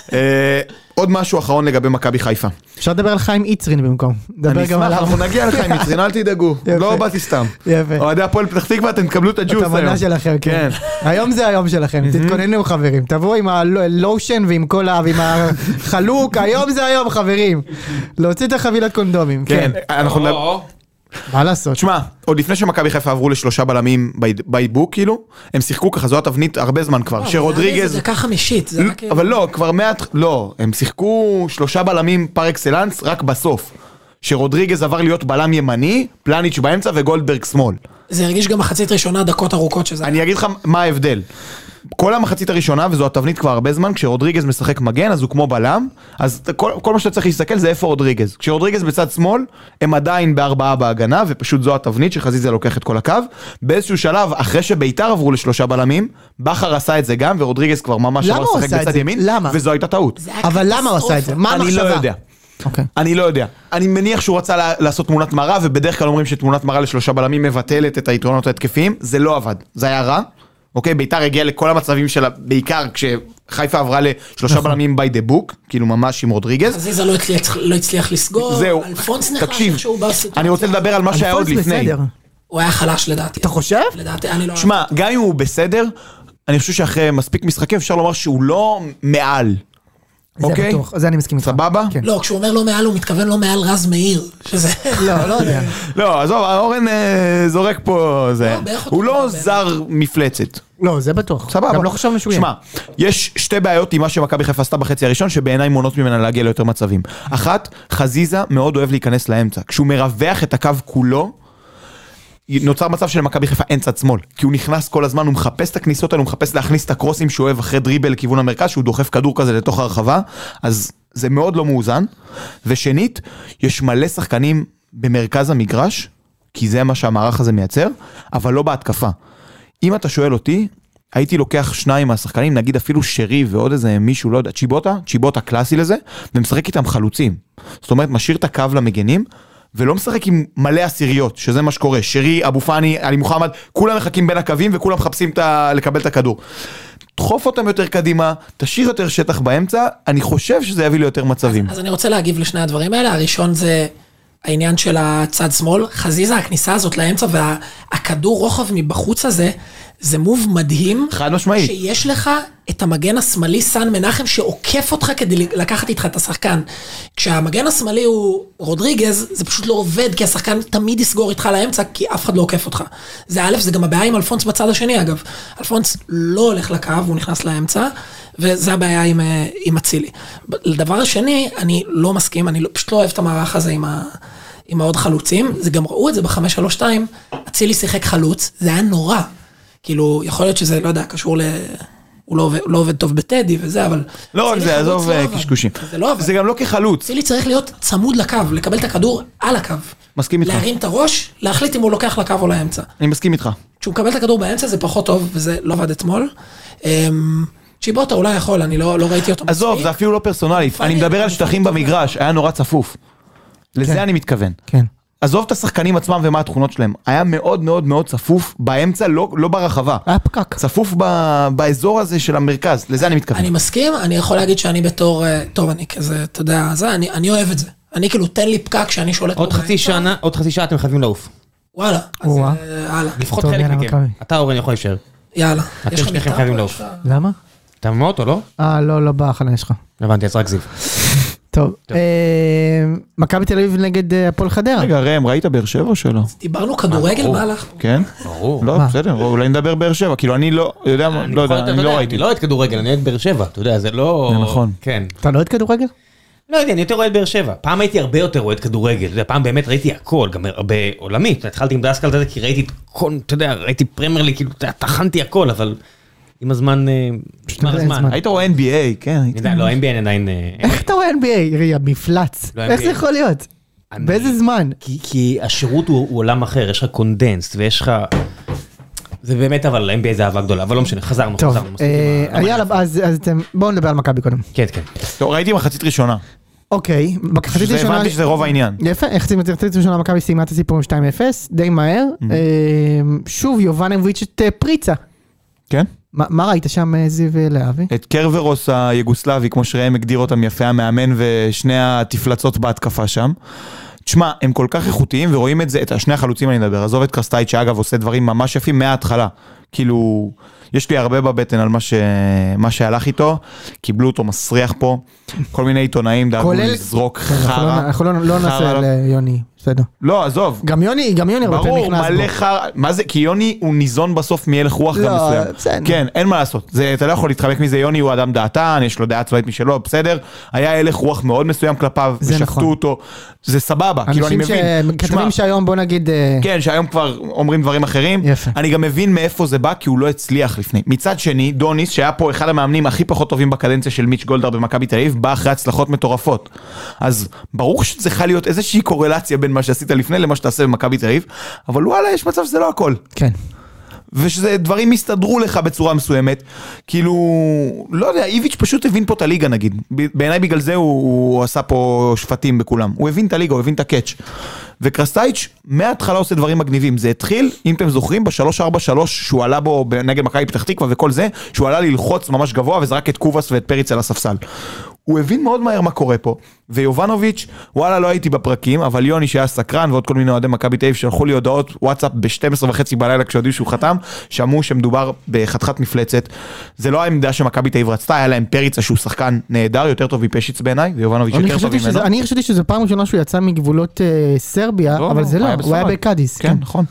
עוד משהו אחרון לגבי מכבי חיפה. אפשר לדבר על חיים איצרין במקום. אני אשמח, אנחנו נגיע לחיים איצרין, אל תדאגו. לא באתי סתם. יפה. אוהדי הפועל פתח תקווה, אתם תקבלו את הג'וס היום. את המנה שלכם, כן. היום זה היום שלכם, תתכוננו חברים. תבואו עם הלושן ועם כל ועם החלוק, היום זה היום חברים. להוציא את החבילת קונדומים. כן, אנחנו... מה לעשות? תשמע, עוד לפני שמכבי חיפה עברו לשלושה בלמים בייבוק, כאילו, הם שיחקו ככה, זו התבנית הרבה זמן כבר, שרודריגז... זה דקה חמישית. אבל לא, כבר לא, הם שיחקו שלושה בלמים פר אקסלנס רק בסוף. שרודריגז עבר להיות בלם ימני, פלניץ' באמצע וגולדברג שמאל. זה הרגיש גם מחצית ראשונה, דקות ארוכות שזה... אני אגיד לך מה ההבדל. כל המחצית הראשונה, וזו התבנית כבר הרבה זמן, כשרודריגז משחק מגן, אז הוא כמו בלם, אז כל מה שאתה צריך להסתכל זה איפה רודריגז. כשרודריגז בצד שמאל, הם עדיין בארבעה בהגנה, ופשוט זו התבנית שחזיזה לוקח את כל הקו. באיזשהו שלב, אחרי שביתר עברו לשלושה בלמים, בכר עשה את זה גם, ורודריגז כבר ממש עבר לשחק בצד ימין, וזו הייתה טעות. אבל למה הוא עשה את זה? מה המחשבה? אני לא יודע. אני מניח שהוא רצה לעשות תמונת מראה, ובדרך כלל אומרים שתמונת מראה לשלושה בלמים מבטלת את היתרונות ההתקפיים. זה לא עבד. זה היה רע. אוקיי, ביתר הגיע לכל המצבים שלה, בעיקר כשחיפה עברה לשלושה בלמים by the book, כאילו ממש עם רודריגז. חזיזה לא הצליח לסגור. זהו. אלפונס נחלש שהוא אני רוצה לדבר על מה שהיה עוד לפני. הוא היה חלש לדעתי. אתה חושב? לדעתי, אני לא... שמע, גם אם הוא בסדר, אני חושב שאחרי מספיק משחקים אפשר לומר שהוא לא מעל. אוקיי? זה אני מסכים איתך. סבבה? לא, כשהוא אומר לא מעל, הוא מתכוון לא מעל רז מאיר, שזה... לא יודע. לא, עזוב, אורן זורק פה זה. הוא לא זר מפלצת. לא, זה בטוח. סבבה. גם לא חשב משהו. שמע, יש שתי בעיות עם מה שמכבי חיפה עשתה בחצי הראשון, שבעיניי מונות ממנה להגיע ליותר מצבים. אחת, חזיזה מאוד אוהב להיכנס לאמצע. כשהוא מרווח את הקו כולו, נוצר מצב שלמכבי חיפה אין צד שמאל, כי הוא נכנס כל הזמן, הוא מחפש את הכניסות האלה, הוא מחפש להכניס את הקרוסים שהוא אוהב אחרי דריבל לכיוון המרכז, שהוא דוחף כדור כזה לתוך הרחבה, אז זה מאוד לא מאוזן. ושנית, יש מלא שחקנים במרכז המגרש, כי זה מה שהמערך הזה מייצר, אבל לא בהתקפה. אם אתה שואל אותי, הייתי לוקח 2 מהשחקנים, נגיד אפילו שרי ועוד איזה מישהו, לא יודע, צ'יבוטה קלאסי לזה, ומשחק איתם חלוצים. זאת אומרת, משאיר את הקו למגנים, ולא משחק עם מלא עשיריות, שזה מה שקורה. שרי, אבו פאני, עלי מוחמד, כולם מחכים בין הקווים, וכולם מחפשים לקבל את הכדור. דחוף אותם יותר קדימה, תשאיר יותר שטח באמצע, אני חושב שזה יביא לי יותר מצבים. אז אני רוצה להגיב לשני הדברים האלה, הראשון זה העניין של הצד שמאל, חזיזה, הכניסה הזאת לאמצע, והכדור רוחב מבחוץ הזה, זה מוב מדהים. חד משמעית. שיש לך את המגן השמאלי סן מנחם, שעוקף אותך כדי לקחת איתך את השחקן. כשהמגן השמאלי הוא רודריגז, זה פשוט לא עובד, כי השחקן תמיד יסגור איתך לאמצע, כי אף אחד לא עוקף אותך. זה א', זה גם הבעיה עם אלפונס בצד השני, אגב. אלפונס לא הולך לקו, הוא נכנס לאמצע, וזה הבעיה עם אצילי. לדבר השני, אני לא מסכים, אני פשוט לא אוהב את המערך הזה עם העוד חלוצים, זה גם ראו את זה ב-5-3-2, אצילי שיחק חלוץ, זה היה נורא. כאילו, יכול להיות שזה, לא יודע, קשור הוא לא עובד טוב בטדי וזה, אבל... לא רק זה, עזוב קשקושים. זה גם לא כחלוץ. אצילי צריך להיות צמוד לקו, לקבל את הכדור על הקו. מסכים איתך. להרים את הראש, להחליט אם הוא לוקח לקו או לאמצע. אני מסכים איתך. כשהוא מקבל את הכדור באמצע זה פחות טוב, וזה לא עבד אתמול. צ'יבוטה אולי יכול, אני לא ראיתי אותו. עזוב, זה אפילו לא פרסונלי. אני מדבר על שטחים במגרש, היה נורא צפוף. לזה אני מתכוון. כן. עזוב את השחקנים עצמם ומה התכונות שלהם. היה מאוד מאוד מאוד צפוף באמצע, לא ברחבה. היה פקק. צפוף באזור הזה של המרכז, לזה אני מתכוון. אני מסכים, אני יכול להגיד שאני בתור, טוב, אני כזה, אתה יודע, אני אוהב את זה. אני כאילו, תן לי פקק שאני שולט. עוד חצי שעה אתם חייבים לעוף. וואלה, אז הלאה. לפחות חלק מכם. אתה אורן יכול להישאר. יאללה. אתם שניכם חייבים לעוף. למה? אתה ממות או לא? לא בהכנה שלך. הבנתי, אז רק זיו. טוב, מכבי תל אביב נגד הפועל חדרה. רגע, ראם, ראית באר שבע או שלא? דיברנו כדורגל, מה הלך? כן? ברור. לא, בסדר, אולי נדבר באר שבע, כאילו אני לא יודע, אני לא ראיתי. אני לא אוהד כדורגל, אני אוהד באר שבע, אתה יודע, זה לא... זה נכון. כן. אתה לא אוהד כדורגל? לא יודע, אני יותר אוהד באר שבע. פעם הייתי הרבה יותר אוהד כדורגל, פעם באמת ראיתי הכל, גם הרבה עולמית. התחלתי עם דסקל, כי ראיתי אתה יודע, ראיתי פרמייר ליג, כאילו, תחנתי הכל, אבל עם הזמן, היית רואה NBA, כן. לא, NBA עדיין... איך אתה רואה NBA? ראי, המפלץ. איך זה יכול להיות? באיזה זמן? כי השירות הוא עולם אחר, יש לך קונדנסט, ויש לך... זה באמת, אבל ה-NBA זה אהבה גדולה, אבל לא משנה, חזרנו. טוב, יאללה, אז בואו נדבר על מכבי קודם. כן, כן. טוב, ראיתי מחצית ראשונה. אוקיי, מחצית ראשונה... הבנתי שזה רוב העניין. יפה, איך מחצית ראשונה מכבי סיימה את הסיפור עם 2-0, די מהר. שוב, יובנוביץ' את פריצה. כן? מה ראית שם זיו להבי? את קרברוס היוגוסלבי, כמו שראם הגדיר אותם יפה, המאמן ושני התפלצות בהתקפה שם. תשמע, הם כל כך איכותיים ורואים את זה, את השני החלוצים אני מדבר, עזוב את קרסטייט שאגב עושה דברים ממש יפים מההתחלה. כאילו, יש לי הרבה בבטן על מה שהלך איתו, קיבלו אותו מסריח פה, כל מיני עיתונאים דאגו לזרוק חרה. אנחנו לא נעשה ליוני, בסדר. לא, עזוב. גם יוני הרבה פעמים נכנס בו. ברור, מלא חרה, מה זה? כי יוני הוא ניזון בסוף מהלך רוח גם מסוים. כן, אין מה לעשות. אתה לא יכול להתחמק מזה, יוני הוא אדם דעתן, יש לו דעה צבאית משלו, בסדר. היה הלך רוח מאוד מסוים כלפיו, ושפטו אותו. זה סבבה, כאילו אני מבין. כתבים שהיום בוא נגיד... כן, שהיום כבר אומרים דברים אחרים. אני גם מבין מאיפה זה בא, כי הוא לא הצליח לפני. מצד שני, דוניס, שהיה פה אחד המאמנים הכי פחות טובים בקדנציה של מיץ' גולדהר במכבי תל אביב, בא אחרי הצלחות מטורפות. אז ברור שצריכה להיות איזושהי קורלציה בין מה שעשית לפני למה שתעשה במכבי תל אביב, אבל וואלה, יש מצב שזה לא הכל. כן. ושזה דברים מסתדרו לך בצורה מסוימת, כאילו, לא יודע, איביץ' פשוט הבין פה את הליגה נגיד, בעיניי בגלל זה הוא עשה פה שפטים בכולם, הוא הבין את הליגה, הוא הבין את הקאץ', וקרסטייץ' מההתחלה עושה דברים מגניבים, זה התחיל, אם אתם זוכרים, ב-3-4-3 שהוא עלה בו נגד מכבי פתח תקווה וכל זה, שהוא עלה ללחוץ ממש גבוה וזרק את קובס ואת פריץ על הספסל. הוא הבין מאוד מהר מה קורה פה, ויובנוביץ', וואלה לא הייתי בפרקים, אבל יוני שהיה סקרן, ועוד כל מיני אוהדי מכבי תל אביב שלחו לי הודעות וואטסאפ ב-12:30 בלילה כשהודיעו שהוא חתם, שמעו שמדובר בחתיכת מפלצת, זה לא העמדה שמכבי תל אביב רצתה, היה להם פריצה שהוא שחקן נהדר, יותר טוב מפשיץ בעיניי, ויובנוביץ' יותר טוב ממנו. אני חשבתי שזה פעם ראשונה שהוא יצא מגבולות סרביה, אבל זה לא, הוא היה בקאדיס. כן, נכון.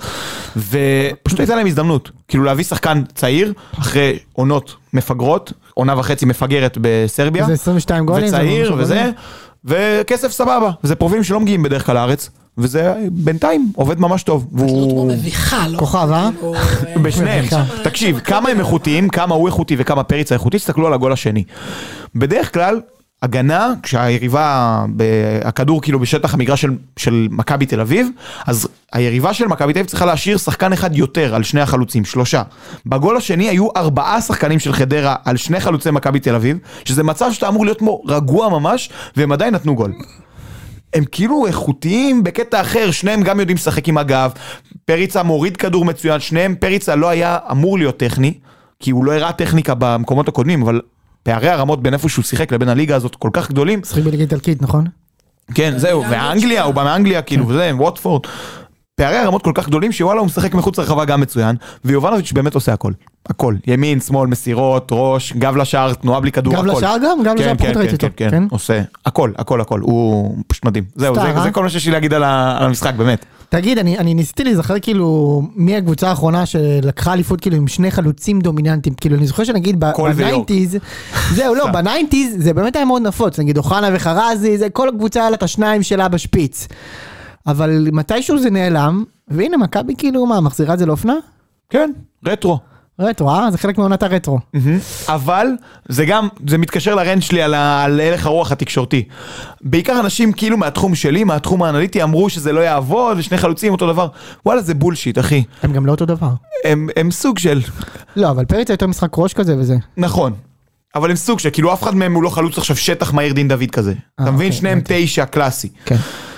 ופשוט הייתה להם הזדמנות, כאילו להביא שחקן צעיר, אחרי עונות מפגרות, עונה וחצי מפגרת בסרביה. זה 22 גולים. וצעיר וזה, וכסף סבבה. וזה פרופילים שלא מגיעים בדרך כלל לארץ, וזה בינתיים עובד ממש טוב. והוא מביכה, לא? כוכב, בשניהם. תקשיב, כמה הם איכותיים, כמה הוא איכותי וכמה פריצה איכותי, תסתכלו על הגול השני. בדרך כלל, הגנה, כשהיריבה, הכדור כאילו בשטח המגרש של מכבי תל אביב, אז היריבה של מכבי תל אביב צריכה להשאיר שחקן אחד יותר על שני החלוצים, 3. בגול השני היו 4 שחקנים של חדרה על 2 חלוצי מכבי תל אביב, שזה מצב שאתה אמור להיות רגוע ממש, והם עדיין נתנו גול. הם כאילו איכותיים בקטע אחר, שניהם גם יודעים לשחק עם הגב, פריצה מוריד כדור מצוין, שניהם פריצה לא היה אמור להיות טכני, כי הוא לא הראה טכניקה במקומות הקודמים, אבל פערי הרמות בין איפה שהוא שיחק לבין הליגה הזאת כל כך גדולים. שיחק בליגה איטלקית, נכון? כן, זהו, והאנגליה, הוא בא מאנגליה, כאילו, וזה, ווטפורד. פערי הרמות כל כך גדולים, שוואלה הוא משחק מחוץ לרחבה גם מצוין, ויובנוביץ' באמת עושה הכל. הכל. ימין, שמאל, מסירות, ראש, גב לשער, תנועה בלי כדור, הכל. גב לשער גם? גב לשער פחות ראיתי אותו. כן, עושה. הכל, הכל, הכל. הוא פשוט מדהים. זהו, זה כל מה שיש לי להגיד על המשחק, באמת. תגיד, אני ניסיתי להיזכר כאילו מי הקבוצה האחרונה שלקחה אליפות כאילו עם 2 חלוצים דומיננטיים, כאילו אני זוכר שנגיד בניינטיז, זהו לא, בניינטיז זה באמת היה מאוד נפוץ, נגיד אוחנה וחרזי, זה כל הקבוצה היה לה את השניים שלה בשפיץ, אבל מתישהו זה נעלם, והנה מכבי כאילו מה, מחזירה את זה לאופנה? כן, רטרו. רטרו, זה חלק מעונת הרטרו. אבל זה גם, זה מתקשר לרנט שלי על הלך הרוח התקשורתי. בעיקר אנשים כאילו מהתחום שלי, מהתחום האנליטי, אמרו שזה לא יעבוד, ושני חלוצים אותו דבר. וואלה, זה בולשיט, אחי. הם גם לא אותו דבר. הם סוג של... לא, אבל פריצה יותר משחק ראש כזה וזה. נכון. אבל הם סוג של, כאילו אף אחד מהם הוא לא חלוץ עכשיו שטח מהיר דין דוד כזה. אתה מבין? שניהם 9 קלאסי. כן.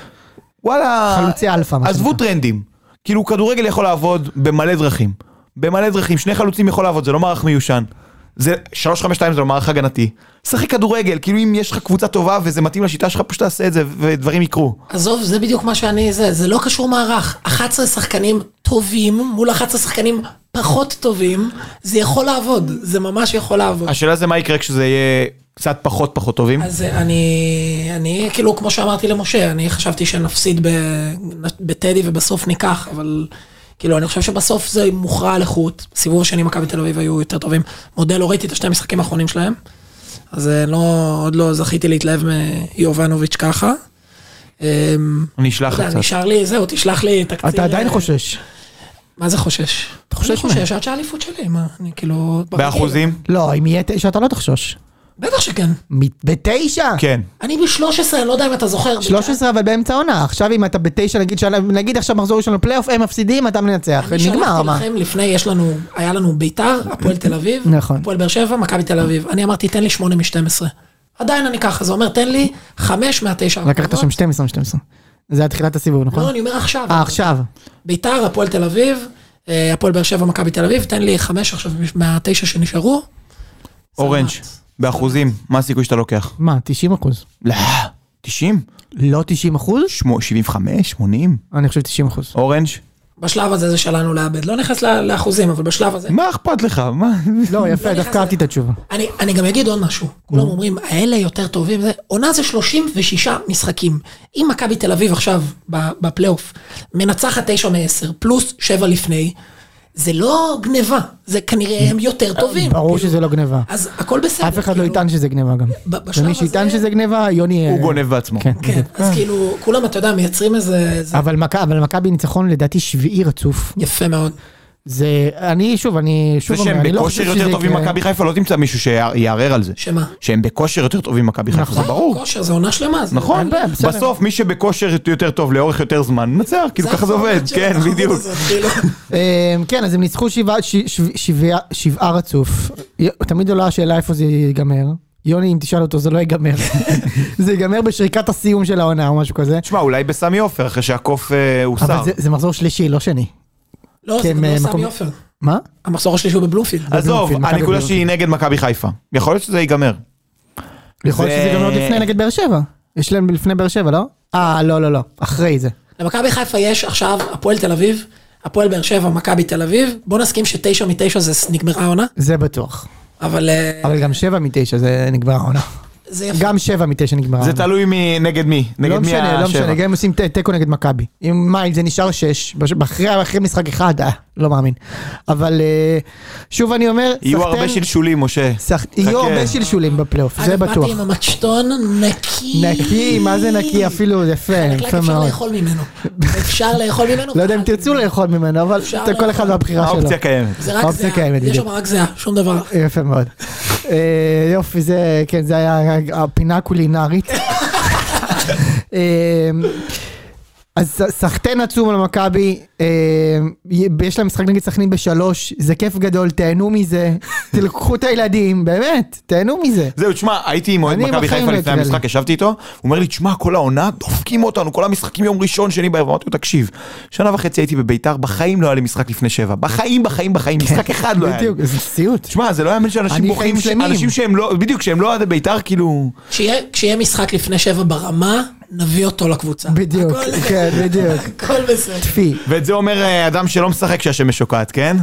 וואלה... חלוצי אלפא. עזבו טרנדים. כאילו כדורגל יכול לעבוד במלא דרכים. במלא דרכים, 2 חלוצים יכול לעבוד, זה לא מערך מיושן. זה 3-5-2 זה לא מערך הגנתי. שחק כדורגל, כאילו אם יש לך קבוצה טובה וזה מתאים לשיטה שלך, פשוט תעשה את זה ודברים יקרו. עזוב, זה בדיוק מה שאני, זה לא קשור מערך. 11 שחקנים טובים מול 11 שחקנים פחות טובים, זה יכול לעבוד, זה ממש יכול לעבוד. השאלה זה מה יקרה כשזה יהיה קצת פחות טובים? אז אני כאילו כמו שאמרתי למשה, אני חשבתי שנפסיד בטדי ובסוף ניקח, אבל... כאילו, אני חושב שבסוף זה מוכרע על איכות. סיבוב השני מכבי תל אביב היו יותר טובים. מודל, לא ראיתי את 2 המשחקים האחרונים שלהם. אז עוד לא זכיתי להתלהב מיובנוביץ' ככה. אני אשלח קצת. נשאר לי, זהו, תשלח לי תקציר. אתה עדיין חושש. מה זה חושש? אתה חושש עד שהאליפות שלי, מה? אני כאילו... באחוזים? לא, אם יהיה 9 אתה לא תחשוש. בטח שכן. ב9? כן. אני ב13, אני לא יודע אם אתה זוכר. 13 אבל באמצע עונה. עכשיו אם אתה ב9, נגיד עכשיו מחזור ראשון לפלייאוף, הם מפסידים, אתה מנצח. נגמר, מה? לכם לפני, היה לנו ביתר, הפועל תל אביב, הפועל באר שבע, מכבי תל אביב. אני אמרתי, תן לי 8 מ-12. עדיין אני ככה, זה אומר, תן לי 5 מה-9. לקחת שם 12 מ-12. זה התחילת הסיבוב, נכון? לא, אני אומר עכשיו. עכשיו. ביתר, הפועל תל אביב, הפועל באר שבע, מכבי תל אביב, תן לי 5 עכשיו מה-9 שנשארו. אורנג' באחוזים, מה הסיכוי שאתה לוקח? מה, 90%? לא, 90? לא 90%? 75, 80? אני חושב 90%. אורנג'? בשלב הזה זה שלנו לאבד, לא נכנס לאחוזים, אבל בשלב הזה... מה אכפת לך? לא, יפה, דווקא אהבתי את התשובה. אני גם אגיד עוד משהו, כולם אומרים, האלה יותר טובים, עונה זה 36 משחקים. אם מכבי תל אביב עכשיו, בפלייאוף, מנצחת 9 מ-10, פלוס 7 לפני, זה לא גניבה, זה כנראה הם יותר טובים. ברור שזה לא גניבה. אז הכל בסדר. אף אחד לא יטען שזה גניבה גם. ומי שיטען שזה גניבה, יוני... הוא גונב בעצמו. כן, אז כאילו, כולם, אתה יודע, מייצרים איזה... אבל מכבי ניצחון לדעתי 7 רצוף. יפה מאוד. זה, אני שוב, זה שהם בכושר יותר טובים ממכבי חיפה, לא תמצא מישהו שיערער על זה. שמה? שהם בכושר יותר טובים ממכבי חיפה, זה ברור. כושר, זה עונה שלמה. נכון, בסוף מי שבכושר יותר טוב לאורך יותר זמן, נצח, כאילו ככה זה עובד, כן, בדיוק. כן, אז הם ניצחו 7 רצוף. תמיד עולה השאלה איפה זה ייגמר. יוני, אם תשאל אותו, זה לא ייגמר. זה ייגמר בשריקת הסיום של העונה או משהו כזה. תשמע, אולי בסמי עופר, אחרי שהקוף הוסר. אבל זה מחזור שלישי, לא שני. לא, זה גם לא סמי עופר. מה? המחזור השלישי הוא בבלומפילד. עזוב, הנקודה שהיא נגד מכבי חיפה. יכול להיות שזה ייגמר. יכול להיות שזה ייגמר עוד לפני נגד באר שבע. יש להם לפני באר שבע, לא? לא. אחרי זה. למכבי חיפה יש עכשיו הפועל תל אביב, הפועל באר שבע, מכבי תל אביב. בוא נסכים ש9 מ-9 זה נגמרה העונה. זה בטוח. אבל גם 7 מ-9 זה נגמרה העונה. גם 7 מ-9 נגמרה. זה תלוי נגד מי? לא משנה, גם אם עושים תיקו נגד מכבי. אם זה נשאר 6, אחרי משחק אחד, לא מאמין. אבל שוב אני אומר, יהיו הרבה שלשולים, משה. יהיו הרבה שלשולים בפלייאוף, זה בטוח. באתי עם המצ'טון נקי. נקי, מה זה נקי? אפילו יפה, יפה מאוד. אפשר לאכול ממנו. אפשר לאכול ממנו. לא יודע אם תרצו לאכול ממנו, אבל כל אחד והבחירה שלו. האופציה קיימת. זה רק זהה. יש שם רק זהה, שום דבר. יפה מאוד. יופי, זה, כן, זה היה הפינה הקולינרית. אז סחטן עצום למכבי, יש להם משחק נגד סכנין ב3, זה כיף גדול, תהנו מזה, תלקחו את הילדים, באמת, תהנו מזה. זהו, תשמע, הייתי עם מועד מכבי חיפה לפני המשחק, ישבתי איתו, הוא אומר לי, תשמע, כל העונה, דופקים אותנו, כל המשחקים יום ראשון, שני בערב, אמרתי לו, תקשיב, שנה וחצי הייתי בביתר, בחיים לא היה לי משחק לפני 7, בחיים, משחק אחד לא היה לי. בדיוק, זה סיוט. תשמע, זה לא יאמן שאנשים בוחרים, אנשים שהם לא, בדיוק, שהם לא עד ביתר, כאילו... כשיהיה משחק לפני 7 ברמה, נביא אותו לקבוצה. בדיוק, כן, בדיוק. הכל בסדר. תפי. ואת זה אומר אדם שלא משחק כשהשמש שוקעת, כן?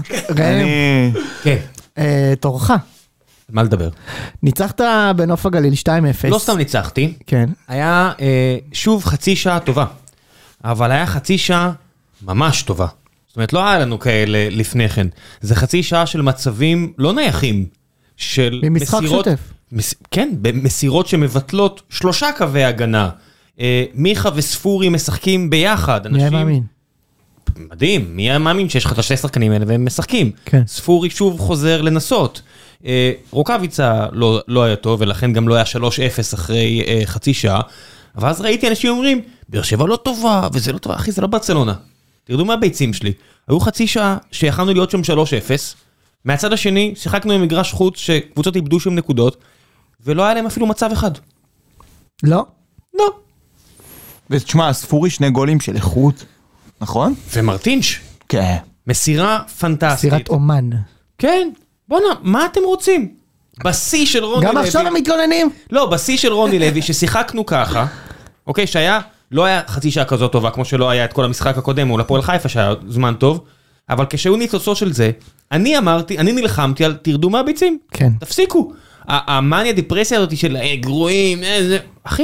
כן. תורך. מה לדבר? ניצחת בנוף הגליל 2-0. לא סתם ניצחתי. כן. היה שוב חצי שעה טובה. אבל היה חצי שעה ממש טובה. זאת אומרת, לא היה לנו כאלה לפני כן. זה חצי שעה של מצבים לא נייחים. של במשחק שוטף. כן, במסירות שמבטלות 3 קווי הגנה. מיכה וספורי משחקים ביחד. מי היה מאמין? מדהים, מי היה מאמין שיש לך את 2 שחקנים האלה והם משחקים. כן. ספורי שוב חוזר לנסות. רוקאביצה לא היה טוב, ולכן גם לא היה 3-0 אחרי חצי שעה. אבל אז ראיתי אנשים אומרים, באר שבע לא טובה, וזה לא טובה, אחי, זה לא ברצלונה. תרדו מהביצים שלי. היו חצי שעה שיכלנו להיות שם 3-0, מהצד השני, שיחקנו עם מגרש חוץ שקבוצות איבדו שם נקודות, ולא היה להם אפילו מצב אחד. לא. לא. ותשמע, ספורי 2 גולים של איכות, נכון? ומרטינש. כן. מסירה פנטסטית. מסירת אומן. כן. בוא'נה, מה אתם רוצים? בשיא של רוני לוי. גם עכשיו הם מתלוננים? לא, בשיא של רוני לוי, ששיחקנו ככה, אוקיי, שהיה, לא היה חצי שעה כזאת טובה, כמו שלא היה את כל המשחק הקודם, מול הפועל חיפה שהיה זמן טוב, אבל כשהיו ניצוצות של זה, אני אמרתי, אני נלחמתי על תרדו מהביצים. כן. תפסיקו. המאניה דיפרסיה הזאת של גרועים, אחי,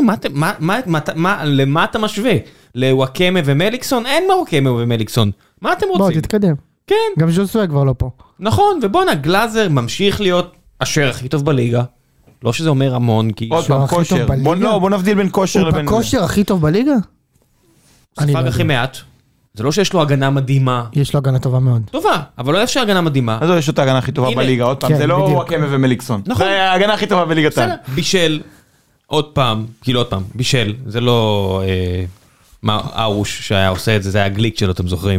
למה אתה משווה? לוואקמה ומליקסון? אין מה וואקמה ומליקסון. מה אתם רוצים? בוא, תתקדם. כן. גם ז'וסוי כבר לא פה. נכון, ובואנה, גלאזר ממשיך להיות השוער הכי טוב בליגה. לא שזה אומר המון, כי... עוד פעם, כושר. בוא נבדיל בין כושר לבין... הוא בכושר הכי טוב בליגה? ספג הכי מעט. זה לא שיש לו הגנה מדהימה. יש לו הגנה טובה מאוד. טובה, אבל לא יש הגנה מדהימה. אז יש לו את ההגנה הכי טובה בליגה, עוד פעם, זה לא וואקמה ומליקסון. נכון. זה ההגנה הכי טובה בליגת העל. בישל, עוד פעם, כאילו עוד פעם, בישל, זה לא... ארוש שהיה עושה את זה, זה היה גליק שלו, אתם זוכרים.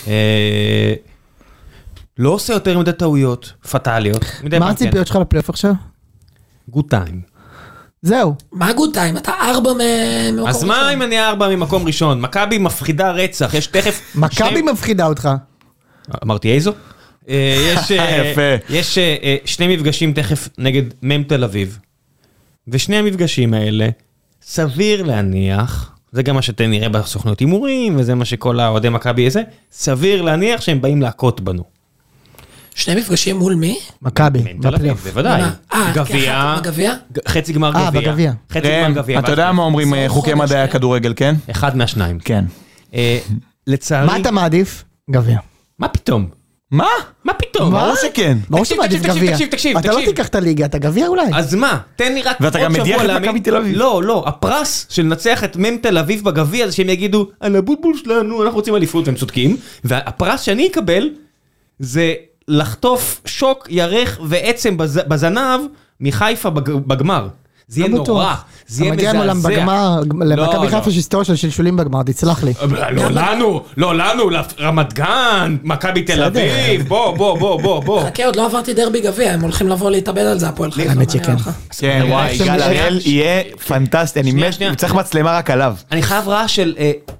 לא עושה יותר מדי טעויות, פטליות. מה הציפיות שלך לפלייאוף עכשיו? גוד טיים. זהו. מה גוד טיים? אתה 4 ממקום ראשון. אז מה אם אני 4 ממקום ראשון? מכבי מפחידה רצח, יש תכף... מכבי מפחידה אותך. אמרתי איזו? יש 2 מפגשים תכף נגד מם תל אביב. ושני המפגשים האלה, סביר להניח, זה גם מה שאתם נראה בסוכנות הימורים, וזה מה שכל האוהדי מכבי איזה, סביר להניח שהם באים להכות בנו. 2 מפגשים מול מי? מכבי, בפלייאוף. בוודאי. גביע. בגביע? חצי גמר גביע. בגביע. חצי גמר גביע. אתה יודע מה אומרים חוקי מדעי הכדורגל, כן? אחד מהשניים. כן. לצערי... מה אתה מעדיף? גביע. מה פתאום? מה? מה פתאום? ברור שכן. ברור שמעדיף גביע. תקשיב. אתה לא תיקח את הליגה, אתה גביע אולי. אז מה? תן לי רק ואתה גם מדיח את מכבי תל אביב. לא. הפרס של לנצח את מם תל אביב בגביע זה שהם יגידו, על הבוטבול שלנו, אנחנו רוצים אליפות, והם צודקים. והפרס שאני אקבל זה לחטוף שוק, ירך ועצם בזנב מחיפה בגמר. זה יהיה נורא, זה יהיה מזעזע. למכבי חיפה יש היסטוריה של שלשולים בגמר, תצלח לי. לא לנו, רמת גן, מכבי תל אביב, בוא. חכה, עוד לא עברתי דרבי גביע, הם הולכים לבוא להתאבד על זה, הפועל חיפה. האמת שכן. כן, וואי, גל הראל יהיה פנטסטי, אני צריך מצלמה רק עליו. אני חייב רעש של...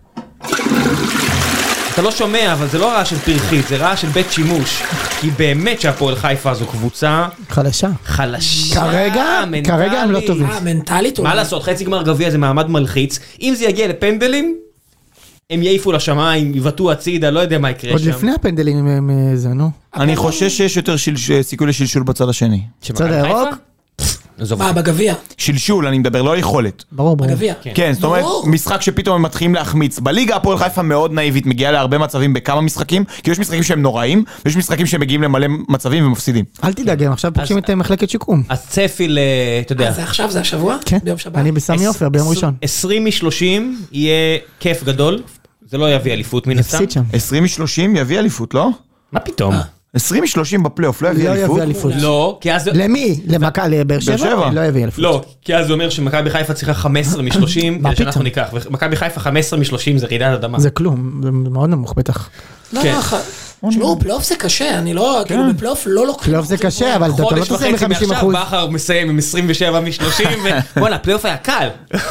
אתה לא שומע, אבל זה לא רעש של פרחית, זה רעש של בית שימוש. כי באמת שהפועל חיפה זו קבוצה... חלשה. כרגע הם לא טובים. מנטלית. מה לעשות, חצי גמר גביע זה מעמד מלחיץ. אם זה יגיע לפנדלים, הם יעיפו לשמיים, יבטאו הצידה, לא יודע מה יקרה שם. עוד לפני הפנדלים הם זנו. אני חושש שיש יותר סיכוי לשלשול בצד השני. צד הירוק? מה, בגביע? שלשול, אני מדבר, לא יכולת. ברור. בגביע. כן, זאת אומרת, משחק שפתאום הם מתחילים להחמיץ. בליגה הפועל חיפה מאוד נאיבית, מגיעה להרבה מצבים בכמה משחקים, כי יש משחקים שהם נוראים, ויש משחקים שהם מגיעים למלא מצבים ומפסידים. אל תדאג, הם עכשיו פוגשים את מחלקת שיקום. אז צפי אתה יודע. זה עכשיו, זה השבוע? כן, ביום שבת. אני בסמי עופר, ביום ראשון. 20 מ-30 יהיה כיף גדול, זה לא יביא אליפות מן הסתם. 20 מ-30 יביא אליפות, לא? מה פתאום? 20-30 בפלייאוף, לא יביא אליפות? לא, כי אז... למי? לבאר שבע? לא יביא אליפות. לא, כי אז זה אומר שמכבי חיפה צריכה 15 מ-30, כדי שאנחנו ניקח, ומכבי חיפה 15 מ-30 זה רעידת אדמה. זה כלום, זה מאוד נמוך בטח. תשמעו, פלייאוף זה קשה, אני לא, כאילו בפלייאוף לא לוקחים. פלייאוף זה קשה, אבל אתה לא תסיים ב-50%. בכר מסיים עם 27 מ-30, ובוא'נה, פלייאוף היה קל.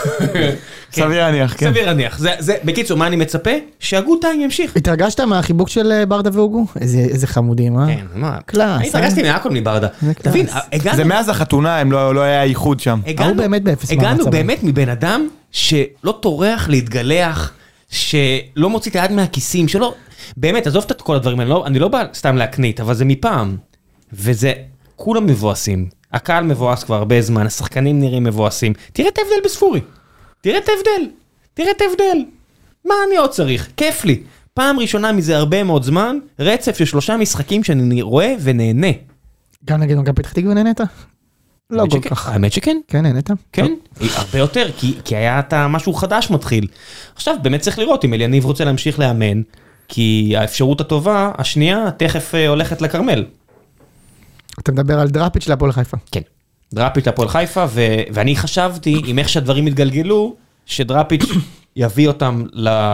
סביר להניח, כן. סביר להניח. בקיצור, מה אני מצפה? שהגוד טיים ימשיך. התרגשת מהחיבוק של ברדה והוגו? איזה חמודים, אה? כן, מה? קלאס. אני התרגשתי מהכל מברדה. תבין, הגענו... זה מאז החתונה, לא היה ייחוד שם. הגענו באמת מבן אדם שלא טורח להתגלח, שלא מוציא את היד מהכיסים, שלא... באמת, עזוב את כל הדברים האלה, אני לא בא סתם להקנית, אבל זה מפעם. וזה, כולם מבואסים. הקהל מבואס כבר הרבה זמן, השחקנים נראים מבואסים. תראה את ההבדל בספורי. תראה את ההבדל. מה אני עוד צריך? כיף לי. פעם ראשונה מזה הרבה מאוד זמן, רצף של 3 משחקים שאני רואה ונהנה. גם נגיד, גם פתח תקווה נהנית? לא כל כך. האמת שכן. כן, נהנית? כן, הרבה יותר, כי היה משהו חדש מתחיל. עכשיו, באמת צריך לראות אם אליניב רוצה להמשיך לאמן, כי האפשרות הטובה, השנייה, תכף הולכת לקרמל. אתה מדבר על דראפיץ' להפועל חיפה. כן, דראפיץ' להפועל חיפה, ואני חשבתי, עם איך שהדברים התגלגלו, שדראפיץ' יביא אותם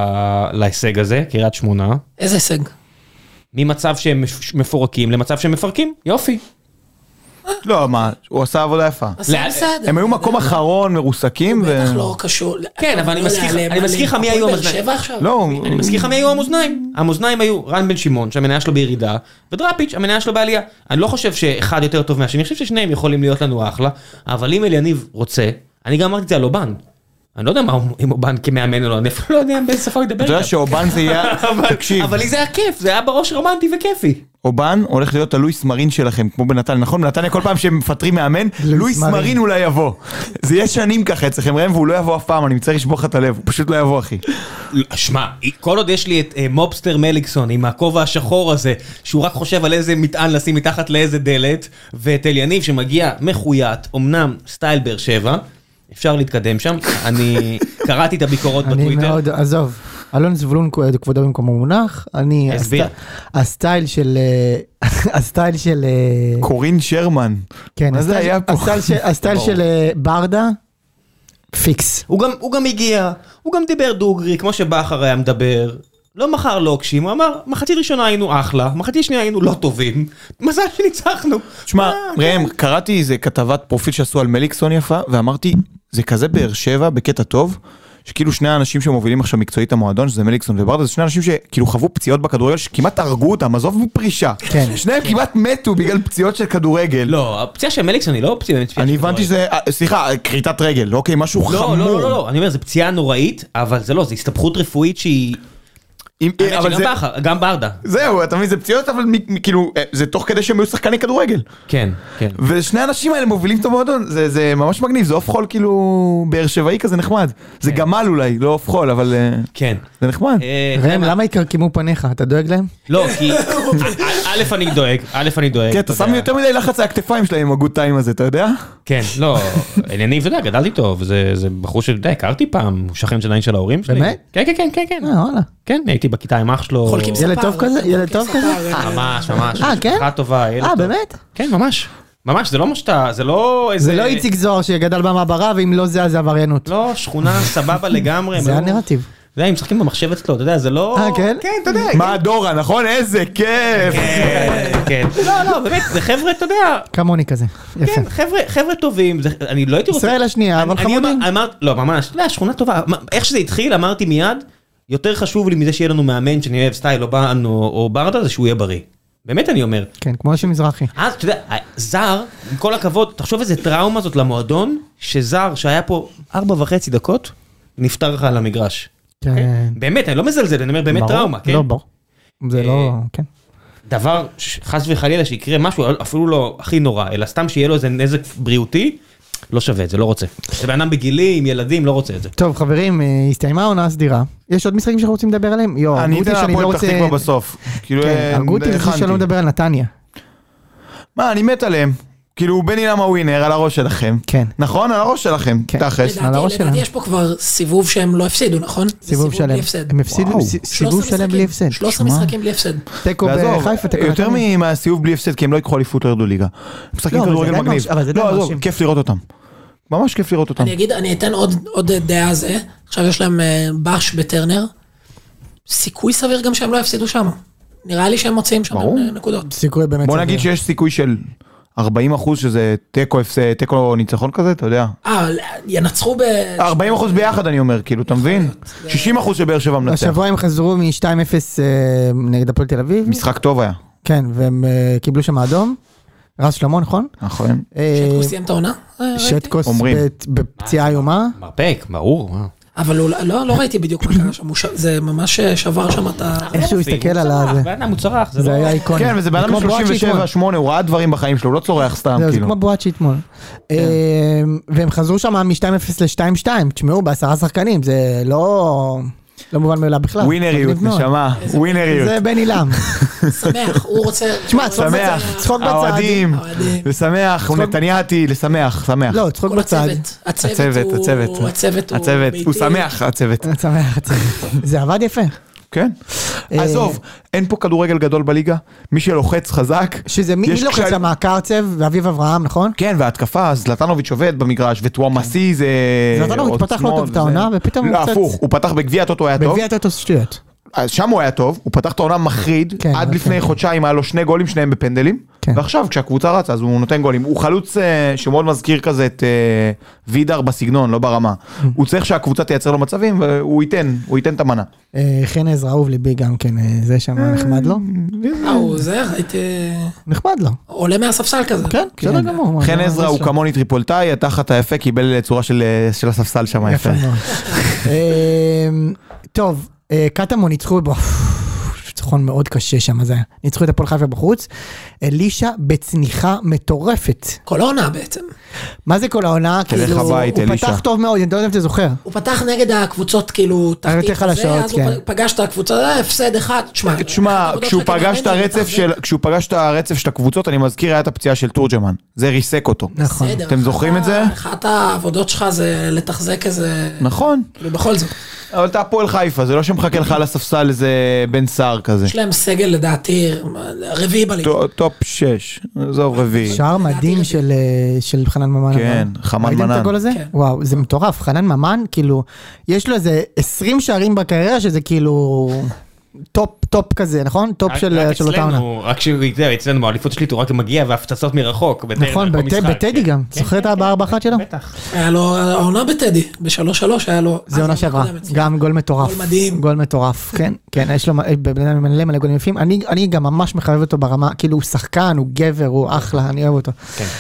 להישג הזה, קריית שמונה. איזה הישג? ממצב שהם מפורקים למצב שהם מפרקים, יופי. לא, מה, הוא עשה עבודה יפה. הם היו מקום אחרון מרוסקים. הוא בטח לא קשור. כן, אבל אני מזכיר לך מי היו המאזניים. אני מזכיר לך מי היו המאזניים. המאזניים היו רן בן שמעון, שהמניה שלו בירידה, ודראפיץ', המניה שלו בעלייה. אני לא חושב שאחד יותר טוב מהשני, אני חושב ששניהם יכולים להיות לנו אחלה, אבל אם אליניב רוצה, אני גם אמרתי את זה על אובן. אני לא יודע אם אובן כמאמן או לא, אני אפילו לא יודע באיזה שפה ידבר. אתה יודע שאובן זה יהיה, תקשיב. אבל לי זה היה כיף, זה היה בראש רומנטי וכיפי. אובן הולך להיות הלואיס מרין שלכם, כמו בנתניה, נכון? בנתניה כל פעם שהם מפטרים מאמן, לואיס מרין אולי יבוא. זה יהיה שנים ככה אצלכם ראם, והוא לא יבוא אף פעם, אני מצטער לשבור לך את הלב, הוא פשוט לא יבוא, אחי. שמע, כל עוד יש לי את מובסטר מליקסון עם הכובע השחור הזה, שהוא רק חושב על איזה מטען לשים מתחת לאיזה דלת, ואת אליניב שמגיע מחויית, אמנם סטייל באר שבע, אפשר להתקדם שם, אני קראתי את הביקורות בטוויטר. אני מאוד, עזוב, אלון זבולון כבודו במקום המונח, אני, הסטייל של, קורין שרמן. כן, הסטייל של ברדה, פיקס. הוא גם הגיע, הוא גם דיבר דוגרי, כמו שבכר היה מדבר, לא מחר לוקשים, הוא אמר, מחצית ראשונה היינו אחלה, מחצית שנייה היינו לא טובים, מזל שניצחנו. תשמע, ראם, קראתי איזה כתבת פרופיל שעשו על מליקסון יפה, ואמרתי, זה כזה באר שבע בקטע טוב, שכאילו שני האנשים שמובילים עכשיו מקצועית המועדון, שזה מליקסון וברדה, זה שני אנשים שכאילו חוו פציעות בכדורגל, שכמעט הרגו אותם, עזוב מפרישה. שניהם כמעט מתו בגלל פציעות של כדורגל. לא, הפציעה של מליקסון היא לא פציעה. אני הבנתי שזה, סליחה, קריטת רגל, אוקיי, משהו חמור. לא, אני אומר, זה פציעה נוראית, אבל זה לא, זה הסתבכות רפואית שהיא... גם ברדה. זהו, אתה מבין, זה פציעות, אבל כאילו, זה תוך כדי שהם היו שחקני כדורגל. כן, כן. ושני האנשים האלה מובילים את המועדון, זה ממש מגניב, זה אוף חול כאילו באר שבעי כזה נחמד. זה גמל אולי, לא אוף חול, אבל זה נחמד. ראם, למה יקרקמו פניך? אתה דואג להם? לא, כי א' אני דואג. כן, אתה שם יותר מדי לחץ על הכתפיים שלהם עם הגוד טיים הזה, אתה יודע? כן, לא, עניינים, אתה יודע, גדלתי טוב, זה בחור שאתה הכרתי פעם, הוא שכן שעדיין של ההורים שלי. באמת? כן, כן, כן, כן. כן, הייתי בכיתה עם אח שלו. ילד טוב כזה? ילד טוב כזה? ממש. כן? משפחה טובה, ילד טוב. באמת? כן, ממש. ממש, זה לא משתה, זה לא איזה... זה לא איציק זוהר שגדל במעברה, ואם לא זה, אז זה עבריינות. לא, שכונה סבבה לגמרי. זה הנרטיב. אתה יודע, הם משחקים במחשב אצלו, אתה יודע, זה לא... כן? כן, אתה יודע. מה הדורה, נכון? איזה כיף. כן. לא, באמת, זה חבר'ה, אתה יודע. כמוני כזה. יפה. כן, חבר'ה טובים, אני לא הייתי רוצה... ישראל השנייה, אבל חמודים. לא, ממש, לא, שכונה טובה. איך שזה התחיל, אמרתי מיד, יותר חשוב לי מזה שיהיה לנו מאמן, שאני אוהב סטייל או ברדה, זה שהוא יהיה בריא. באמת אני אומר. כן, כמו שמזרחי. אז, אתה יודע, זר, עם כל הכבוד, תחשוב איזה טראומה זאת למועדון, שזר שהיה פה 4.5 דקות, נפטר לך על המגרש. כן. באמת, אני לא מזלזל, אני אומר באמת טראומה, כן? לא, ברור. זה לא, כן. דבר, חס וחלילה, שיקרה משהו, אפילו לא הכי נורא, אלא סתם שיהיה לו איזה נזק בריאותי, לא שווה את זה, לא רוצה. זה בענם בגילי, עם ילדים, לא רוצה את זה. טוב, חברים, הסתיימה העונה הסדירה. יש עוד משחקים שאנחנו רוצים לדבר עליהם? אני אתן להפועל פתח תקווה בסוף. הרגו אותי לפני שאני לא מדבר על נתניה. מה, אני מת עליהם. כאילו בני למה ווינר על הראש שלכם. כן. נכון? על הראש שלכם. תכלס. לדעתי יש פה כבר סיבוב שהם לא הפסידו, נכון? סיבוב שלם. הם הפסידו סיבוב שלם בלי הפסד. 13 משחקים בלי הפסד. תיקו בחיפה, תיקו יותר מהסיבוב בלי הפסד, כי הם לא יקחו אליפות או ירדו ליגה. משחקים כדורגל מגניב. לא, כיף לראות אותם. ממש כיף לראות אותם. אני אתן עוד דעה זה. עכשיו יש להם בש בטרנר. סיכוי סביר גם שהם לא יפסידו שם. נראה לי שהם מוצאים שם נקודות. סיכוי באמת סביר. בוא נגיד שיש סיכוי של 40% שזה תיקו ניצחון כזה, אתה יודע. ינצחו 40% ביחד אני אומר, כאילו, אתה מבין? 60% שבאר שבע מנצח. השבוע הם חזרו מ-2-0 נגד הפועל תל אביב. משחק טוב היה. כן, והם קיבלו שם אדום. רז שלמה, נכון? נכון. שטקוס סיים את העונה? שטקוס בפציעה איומה. מרפק, ברור. אבל לא ראיתי בדיוק מה קרה שם, זה ממש שבר שם את ה... איך שהוא הסתכל על זה. בענם הוא צורח, זה היה איקוני. כן, וזה בענם מ-37-8, הוא ראה דברים בחיים שלו, הוא לא צורח סתם. זה כמו בואצ'י אתמול. והם חזרו שם מ-2-0 ל-2-2, תשמעו, ב10 שחקנים, זה לא מובן מאליו בכלל. ווינריות, נשמה, ווינריות. זה בן אילם. שמח, הוא רוצה... תשמע, צחוק בצד. האוהדים, לשמח, הוא נתניאתי, לשמח, שמח. לא, צחוק בצד. הצוות הוא שמח, הצוות. זה עבד יפה. כן. עזוב, אין פה כדורגל גדול בליגה, מי שלוחץ חזק. שזה מי לוחץ שם, קרצב ואביב אברהם, נכון? כן, וההתקפה, זלטנוביץ' עובד במגרש, וטוואמסי זה... זלטנוביץ' פתח לא טוב את העונה, ופתאום הוא קצת... לא, הפוך, הוא פתח בגביע הטוטו היה טוב. בגביע הטוטו שטויות. שם הוא היה טוב, הוא פתח את העונה מחריד, עד לפני חודשיים היה לו 2 גולים, שניהם בפנדלים, ועכשיו כשהקבוצה רצה אז הוא נותן גולים, הוא חלוץ שמאוד מזכיר כזה את וידר בסגנון, לא ברמה, הוא צריך שהקבוצה תייצר לו מצבים והוא ייתן את המנה. חן עזרא אהוב ליבי גם כן, זה שם נחמד לו? זה הייתי... נחמד לו. עולה מהספסל כזה. כן, בסדר גמור. חן עזרא הוא כמוני טריפולטאי, התחת היפה קיבל צורה של הספסל שם היפה. טוב. קטמון ניצחו בו, ניצחון מאוד קשה שם, זה ניצחו את הפועל חיפה בחוץ, אלישה בצניחה מטורפת. כל העונה בעצם. מה זה כל העונה? תלך הבית, אלישה. הוא פתח טוב מאוד, אני לא יודע אם אתה זוכר. הוא פתח נגד הקבוצות כאילו תחתית כזה, אז הוא פגש את הקבוצה, הפסד אחד, תשמע, כשהוא פגש את הרצף של הקבוצות, אני מזכיר היה את הפציעה של תורג'מן, זה ריסק אותו. נכון. אתם זוכרים את זה? אחת העבודות שלך זה לתחזק איזה... נכון. בכל זאת. אבל אתה הפועל חיפה, זה לא שמחכה לך על הספסל איזה בן סער כזה. יש להם סגל לדעתי, רביעי בליגה. טופ 6, זו רביעי. שער מדהים של חנן ממן. כן, חמן מנן. ראיתם את הגול הזה? וואו, זה מטורף, חנן ממן, כאילו, יש לו איזה 20 שערים בקריירה, שזה כאילו... טופ כזה, נכון? טופ של אותה עונה. רק שאצלנו באליפות שלי הוא רק מגיע והפצצות מרחוק. נכון, בטדי גם. זוכר את ה4-4-1 שלו? בטח. היה לו העונה בטדי, ב3-3 היה לו... זה עונה שעברה, גם גול מטורף. גול מדהים. גול מטורף, כן. כן, יש לו מלא גולים יפים. אני גם ממש מחבב אותו ברמה, כאילו הוא שחקן, הוא גבר, הוא אחלה, אני אוהב אותו.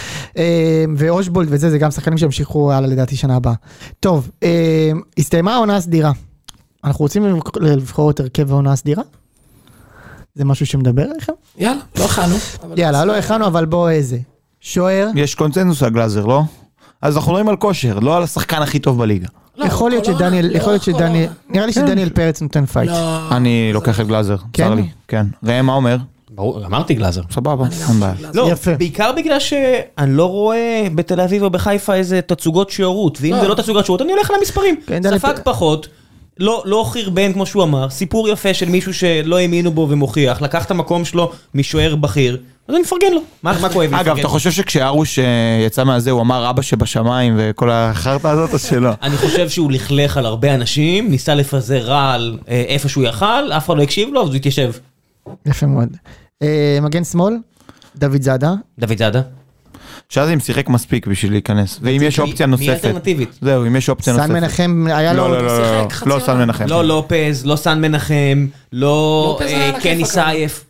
ואושבולד וזה, זה גם שחקנים שהמשיכו על לדעתי שנה הבאה. טוב, הסתיימה העונה הסדירה. אנחנו רוצים לבחור את הרכב העונה הסדירה? זה משהו שמדבר עליכם? יאללה, לא הכנו. יאללה, לא הכנו, אבל בוא איזה. שוער. יש קונצנזוס על גלאזר, לא? אז אנחנו רואים על כושר, לא על השחקן הכי טוב בליגה. יכול להיות שדניאל, נראה לי שדניאל פרץ נותן פייט. אני לוקח את גלאזר, צר לי. כן. ראם, מה אומר? ברור, אמרתי גלאזר. סבבה, אין בעיה. לא, בעיקר בגלל שאני לא רואה בתל אביב או בחיפה איזה תצוגות שיערות, ואם זה לא תצוגות שיערות, אני הולך למספרים. ספק פחות. לא חרבן כמו שהוא אמר, סיפור יפה של מישהו שלא האמינו בו ומוכיח, לקח את המקום שלו משוער בכיר, אז אני מפרגן לו. מה כואב? אגב, אתה חושב שכשארוש יצא מהזה, הוא אמר אבא שבשמיים וכל החרטה הזאת, אז שלא. אני חושב שהוא לכלך על הרבה אנשים, ניסה לפזר רעל איפה שהוא יכל, אף אחד לא הקשיב לו, אז הוא התיישב. יפה מאוד. מגן שמאל, דוד זאדה. דוד זאדה. שאז אם שיחק מספיק בשביל להיכנס, ואם יש אופציה נוספת. מי אלטרנטיבית? זהו, אם יש אופציה נוספת. סן מנחם היה לו... לא סן מנחם. לא לופז, לא סן מנחם, לא קני סייף.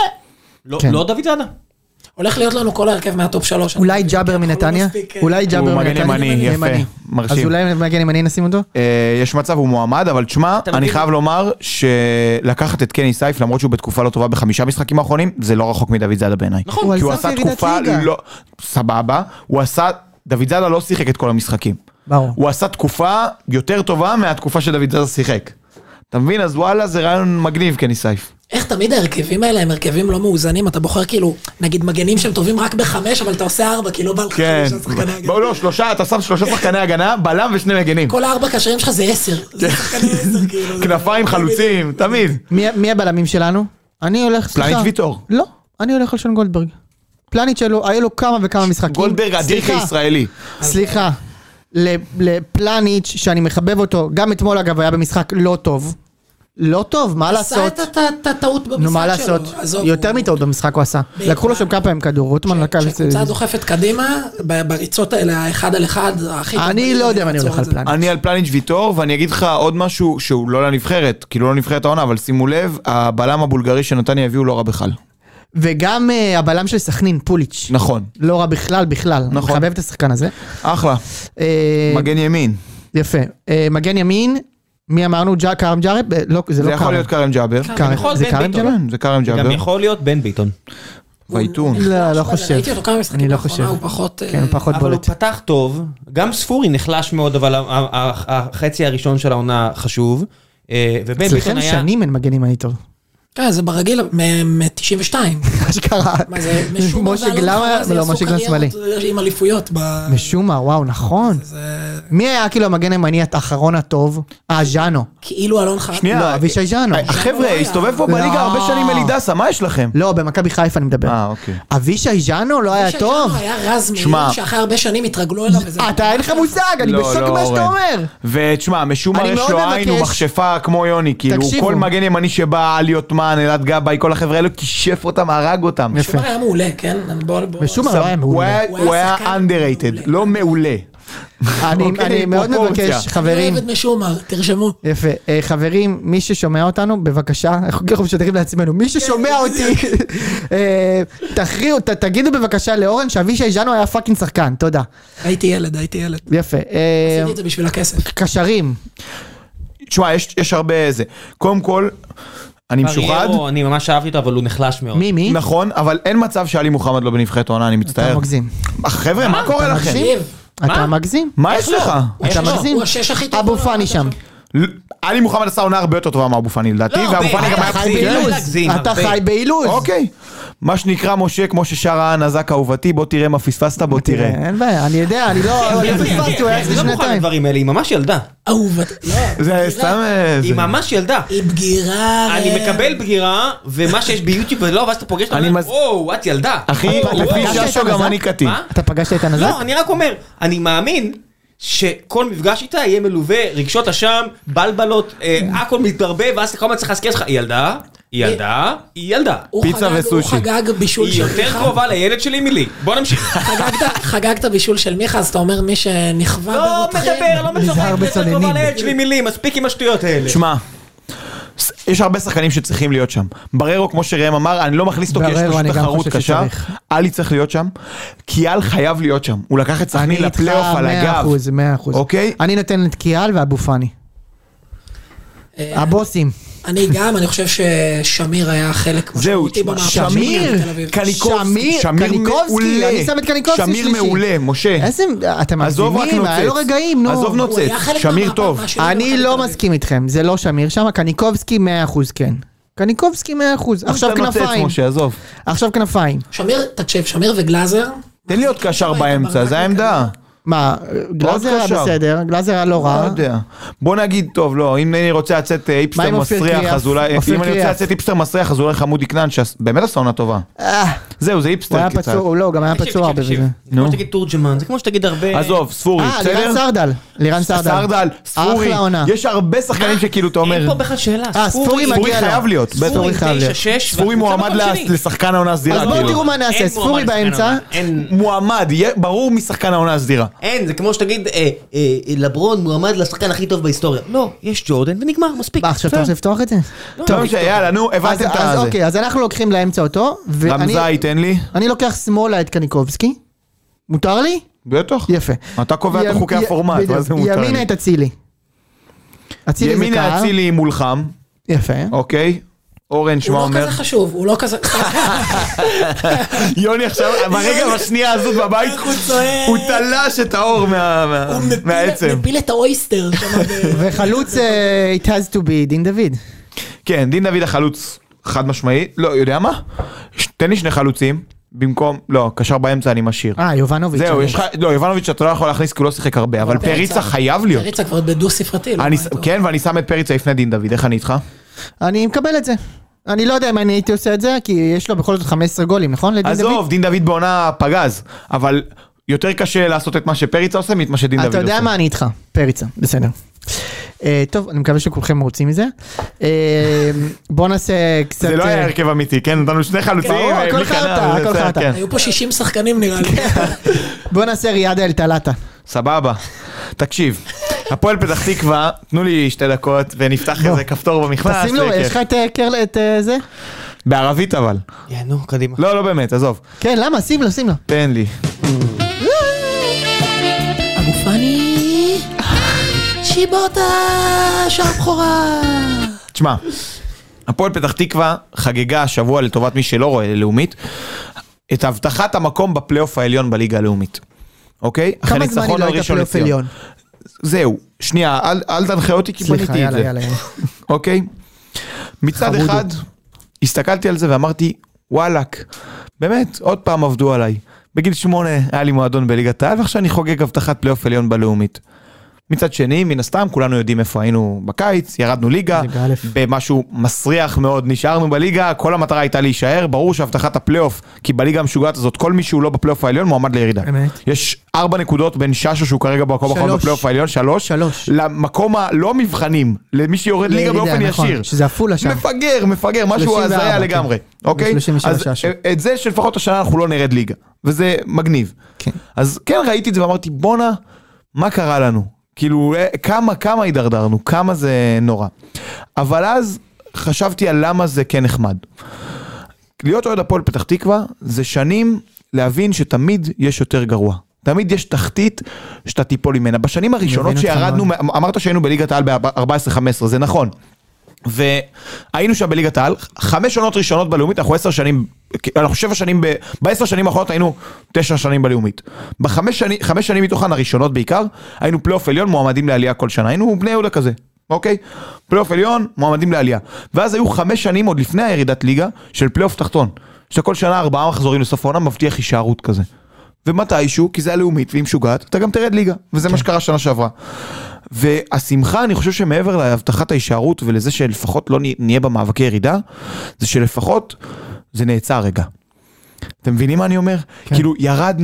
לא דוד זאדה. הולך להיות לנו כל הרכב מהטופ 3. אולי ג'אבר מנתניה? אולי ג'אבר מנתניה? הוא מגן ימני, יפה, מרשים. אז אולי מגן ימני נשים אותו? יש מצב, הוא מועמד, אבל תשמע, אני חייב לומר שלקחת את קני סייף, למרות שהוא בתקופה לא טובה ב5 משחקים האחרונים, זה לא רחוק מדוד זאדה בעיניי. נכון, כי הוא עשה תקופה לא... סבבה, דוד זאדה לא שיחק את כל המשחקים. הוא עשה תקופה יותר טובה מהתקופה שדוד זאדה שיחק. אתה מבין? אז וואלה, זה רעיון מגניב, קני סייף. איך תמיד ההרכבים האלה הם הרכבים לא מאוזנים, אתה בוחר כאילו, נגיד מגנים שהם טובים רק ב5, אבל אתה עושה 4, כאילו בא לך 5 שחקני הגנה. בואו לא, אתה שם 3 שחקני הגנה, בלם ושני מגנים. כל 4 קשרים שלך זה 10. זה שחקני 10, כאילו. כנפיים חלוצים, תמיד. מי הבלמים שלנו? אני הולך, סליחה. פלניץ' ויטור. לא, אני הולך על שון גולדברג. פלניץ' שלו, היה לו כמה וכמה משחקים. גולדברג אדיר כישראלי. סליחה. לפלניץ' שאני מחבב אותו, גם אתמול אגב היה במשחק לא טוב. לא טוב, מה לעשות? עשה את הטעות במשחק שלו. נו, מה לעשות? יותר מטעות במשחק הוא עשה. לקחו לו שם כמה פעמים כדור, רוטמן לקח... שקבוצה דוחפת קדימה, בריצות האלה, האחד על אחד, הכי... אני לא יודע אם אני הולך על פלניץ'. אני על פלניץ' ויטור, ואני אגיד לך עוד משהו שהוא לא לנבחרת, כאילו לא לנבחרת העונה, אבל שימו לב, הבלם הבולגרי שנתניה הביאו לא רע בכלל. וגם הבלם של סכנין, פוליץ'. נכון. לא רע בכלל. נכון. מחבב את השחקן הזה. אחלה. מגן ימין. יפה. מגן ימין, מי אמרנו? קרם ג'אבר? לא, זה לא קרם. זה יכול להיות קרם ג'אבר. זה קרם ג'אבר? זה קרם ג'אבר. גם יכול להיות בן ביטון. ואיתון. לא חושב. ראיתי אותו כמה משחקים לאחרונה, הוא פחות... כן, פחות אבל הוא בולט. פתח טוב, גם ספורי נחלש מאוד, אבל החצי הראשון של העונה חשוב. ובן ביטון אצלכם היה... שנים אין מגנים אני טוב. כן, זה ברגיל, מ-92. אשכרה. מה זה, משום משה גלאמה, לא, משה גלאמה שמאלי. עם אליפויות. משום מה, וואו, נכון. מי היה כאילו המגן הימני האחרון הטוב? ז'אנו. כאילו אלון חד. שנייה. לא, אבישי ז'אנו. החבר'ה, הסתובב פה בליגה הרבה שנים אלידסה, מה יש לכם? לא, במכבי חיפה אני מדבר. אוקיי. אבישי ז'אנו לא היה טוב? אבישי ז'אנו היה רז מאיר, שאחרי הרבה שנים התרגלו אליו. אתה אין לך מושג, אני בשוק מה שאתה אומר. ותשמע, משום מה יש לו עין ומכשפה כמו יוני, כאילו כל מגן ימני שבא להיות מן, אלעד גבאי, כל החבר'ה האלו כישף אותם, הרג אותם. משום מה היה מעולה, כן? משום מה לא היה מעולה. הוא היה underrated, לא מעולה. אני מאוד מבקש, חברים. אני אוהב את משומר, תרשמו. יפה, חברים, מי ששומע אותנו, בבקשה, אנחנו משתתפים לעצמנו, מי ששומע אותי, תגידו בבקשה לאורן שאבישי ז'אנו היה פאקינג שחקן, תודה. הייתי ילד. יפה. עשיתי את זה בשביל הכסף. קשרים. תשמע, יש הרבה איזה. קודם כל, אני משוחד. אני ממש אהבתי אותו, אבל הוא נחלש מאוד. מי? נכון, אבל אין מצב שאלי מוחמד לא בנבחרת העונה, אני מצטער. אתה מגזים. חבר'ה, מה קורה לכם? אתה מגזים? מה יש לך? אתה מגזים? הוא השש הכי טוב. אבו פאני שם. אלי מוחמד עשה עונה הרבה יותר טובה מאבו פאני לדעתי, ואבו פאני גם היה באילוז. אתה חי באילוז. אוקיי. מה שנקרא משה, כמו ששר הנזק אהובתי, בוא תראה מה פספסת, בוא תראה. אין בעיה, אני יודע, אני לא פספסתי, הוא היה אצלי לא מוכן שנתיים. לדברים האלה, היא ממש ילדה. אהובת, לא. זה סתם... היא ממש ילדה. היא בגירה. אני מקבל בגירה, ומה שיש ביוטיוב ולא, ואז אתה פוגש אותה, וואו, את ילדה. אחי, לפי ששו גם אני קטין. אתה פגשת את הנזק? לא, אני רק אומר, אני מאמין שכל מפגש איתה יהיה מלווה, רגשות אשם, בלבלות, הכל מתברבה, ואז כל מה צריך להזכיר לך, היא ילדה. פיצה וסושי. הוא חגג בישול של מיכה. היא יותר קרובה לילד שלי מילי. בוא נמשיך. חגגת בישול של מיכה, אז אתה אומר מי שנכווה ברותחים. לא מצוחק, יותר קרובה לילד שלי מילי, מספיק עם השטויות האלה. שמע, יש הרבה שחקנים שצריכים להיות שם. בררו, כמו שראם אמר, אני לא מכניס אותו כי יש לו תחרות קשה. אלי צריך להיות שם. קיאל חייב להיות שם. הוא לקח את סכנין לפלייאוף על הגב. 100%. אוקיי? אני נותן את קיאל ואבו פאני. הבוסים. אני גם, אני חושב ששמיר היה חלק משמעותי במהפך. שמיר, קניקובסקי, אני שם את קניקובסקי שמיר מעולה, משה. אתם מגזימים, היה לו רגעים, נו. עזוב נוצץ, שמיר טוב. אני לא מסכים איתכם, זה לא שמיר שם, קניקובסקי 100% כן. קניקובסקי 100%, עכשיו כנפיים. עכשיו כנפיים. שמיר וגלאזר. תן לי עוד קשר באמצע, זה העמדה. מה, גלאזר היה בסדר, גלאזר היה לא רע. לא יודע. בוא נגיד, טוב, לא, אם אני רוצה לצאת איפסטר מסריח, אז אולי, אם אני רוצה לצאת איפסטר מסריח, אז אולי חמודי קנן, שבאמת עשה עונה טובה. זהו, זה איפסטר קצת. הוא לא, גם היה פצוע הרבה בזה. זה כמו שתגיד תורג'מן, זה כמו שתגיד הרבה... עזוב, ספורי, בסדר? לירן סרדל. ספורי, יש הרבה שחקנים שכאילו אתה אומר... אין פה בכלל שאלה. ספורי מגיע לו. חייב להיות. ספורי מועמד לשחקן העונה הסדירה. אז בואו תראו מה נעשה, ספורי באמצע. מועמד, ברור משחקן העונה הסדירה. אין, זה כמו שתגיד, לברון מועמד לשחקן הכי טוב בהיסטוריה. לא, יש ג'ורדן ונגמר, מספיק. עכשיו אתה רוצה לפתוח את זה? טוב, יאללה, נו, הבנתם את זה. אוקיי, אז אנחנו לוקחים לאמצע אותו. רמזאי, תן לי. אני לוקח שמאלה את קניקובסקי. מותר לי? בטח. יפה. אתה קובע את חוקי הפורמט, מה זה מותר לי? ימינה את אצילי. ימינה אצילי מולחם. יפה. אוקיי. אורן, שמה אומר? הוא לא כזה חשוב, הוא לא כזה... יוני עכשיו, ברגע בשנייה הזאת בבית, הוא תלש את האור מהעצם. הוא מפיל את האויסטר. וחלוץ, it has to be, דין דוד. כן, דין דוד החלוץ. חד משמעי, לא, יודע מה? תן לי שני חלוצים, במקום, לא, קשר באמצע אני משאיר. יובנוביץ'. זהו, לא, יובנוביץ' אתה לא יכול להכניס כי הוא לא שיחק הרבה, אבל פריצה חייב להיות. פריצה כבר בדו ספרתי. כן, ואני שם את פריצה לפני דין דוד, איך אני איתך? אני מקבל את זה. אני לא יודע אם אני הייתי עושה את זה, כי יש לו בכל זאת 15 גולים, נכון? עזוב, דין דוד בעונה פגז, אבל יותר קשה לעשות את מה שפריצה עושה, מאת מה שדין דוד עושה. אתה יודע מה אני איתך, פריצה, בסדר. טוב, אני מקווה שכולכם מרוצים מזה. בוא נעשה קצת... זה לא היה הרכב אמיתי, כן? נתנו שני חלוצים. הכל חרטה. היו פה 60 שחקנים נראה לי. בוא נעשה ריאד אל תלאטה. סבבה. תקשיב, הפועל פתח תקווה, תנו לי 2 דקות ונפתח איזה כפתור במכנס. תשים לו, יש לך את זה? בערבית אבל. נו, קדימה. לא באמת, עזוב. כן, למה? שים לו. תן לי. אבו פאני, שיבוטה, שער בכורה. תשמע, הפועל פתח תקווה חגגה השבוע לטובת מי שלא רואה לאומית, את הבטחת המקום בפלייאוף העליון בליגה הלאומית. אוקיי? כמה זמן היא לא הייתה פלייאוף עליון? זהו, שנייה, אל תנחה אותי כי בניתי את זה. אוקיי? מצד אחד, הסתכלתי על זה ואמרתי, וואלק, באמת, עוד פעם עבדו עליי. בגיל 8 היה לי מועדון בליגת העל, ועכשיו אני חוגג הבטחת פלייאוף עליון בלאומית. מצד שני, מן הסתם, כולנו יודעים איפה היינו בקיץ, ירדנו ליגה, במשהו מסריח מאוד, נשארנו בליגה, כל המטרה הייתה להישאר, ברור שהבטחת הפלייאוף, כי בליגה המשוגעת הזאת, כל מי שהוא לא בפלייאוף העליון, מועמד לירידה. יש 4 נקודות בין ששו, שהוא כרגע במקום האחרון בפלייאוף העליון, 3, למקום הלא מבחנים, למי שיורד ליגה באופן ישיר. שזה הפול השם. מפגר, משהו הזיה לגמרי. אוקיי? אז את זה שלפחות השנה אנחנו לא נרד ליגה, וזה מגניב. אז כן ראיתי את זה ואמרתי, בונה, מה קרה לנו? כאילו, כמה הידרדרנו, כמה זה נורא. אבל אז חשבתי על למה זה כן נחמד. להיות אוהד הפועל פתח תקווה, זה שנים להבין שתמיד יש יותר גרוע. תמיד יש תחתית שאתה תיפול ממנה. בשנים הראשונות שירדנו, אמרת שהיינו בליגת העל ב-14-15, זה נכון. והיינו שם בליגת העל, 5 שנות ראשונות בלאומית, אנחנו 10 שנים, אנחנו 7 שנים, ב-10 שנים האחרונות היינו 9 שנים בלאומית. ב5 שנים מתוכן הראשונות בעיקר, היינו פלייאוף עליון, מועמדים לעלייה כל שנה, היינו בני יהודה כזה, אוקיי? פלייאוף עליון, מועמדים לעלייה. ואז היו 5 שנים עוד לפני הירידת ליגה, של פלייאוף תחתון, שכל שנה 4 מחזורים לסוף העונה, מבטיח הישארות כזה. ומתישהו, כי זה הלאומית, והיא משוגעת, אתה גם תרד ליגה, וזה מה שקרה שנה שעברה. והשמחה, אני חושב שמעבר להבטחת ההישארות ולזה שלפחות לא נהיה במאבקי ירידה, זה שלפחות זה נעצר רגע. אתם מבינים מה אני אומר? כאילו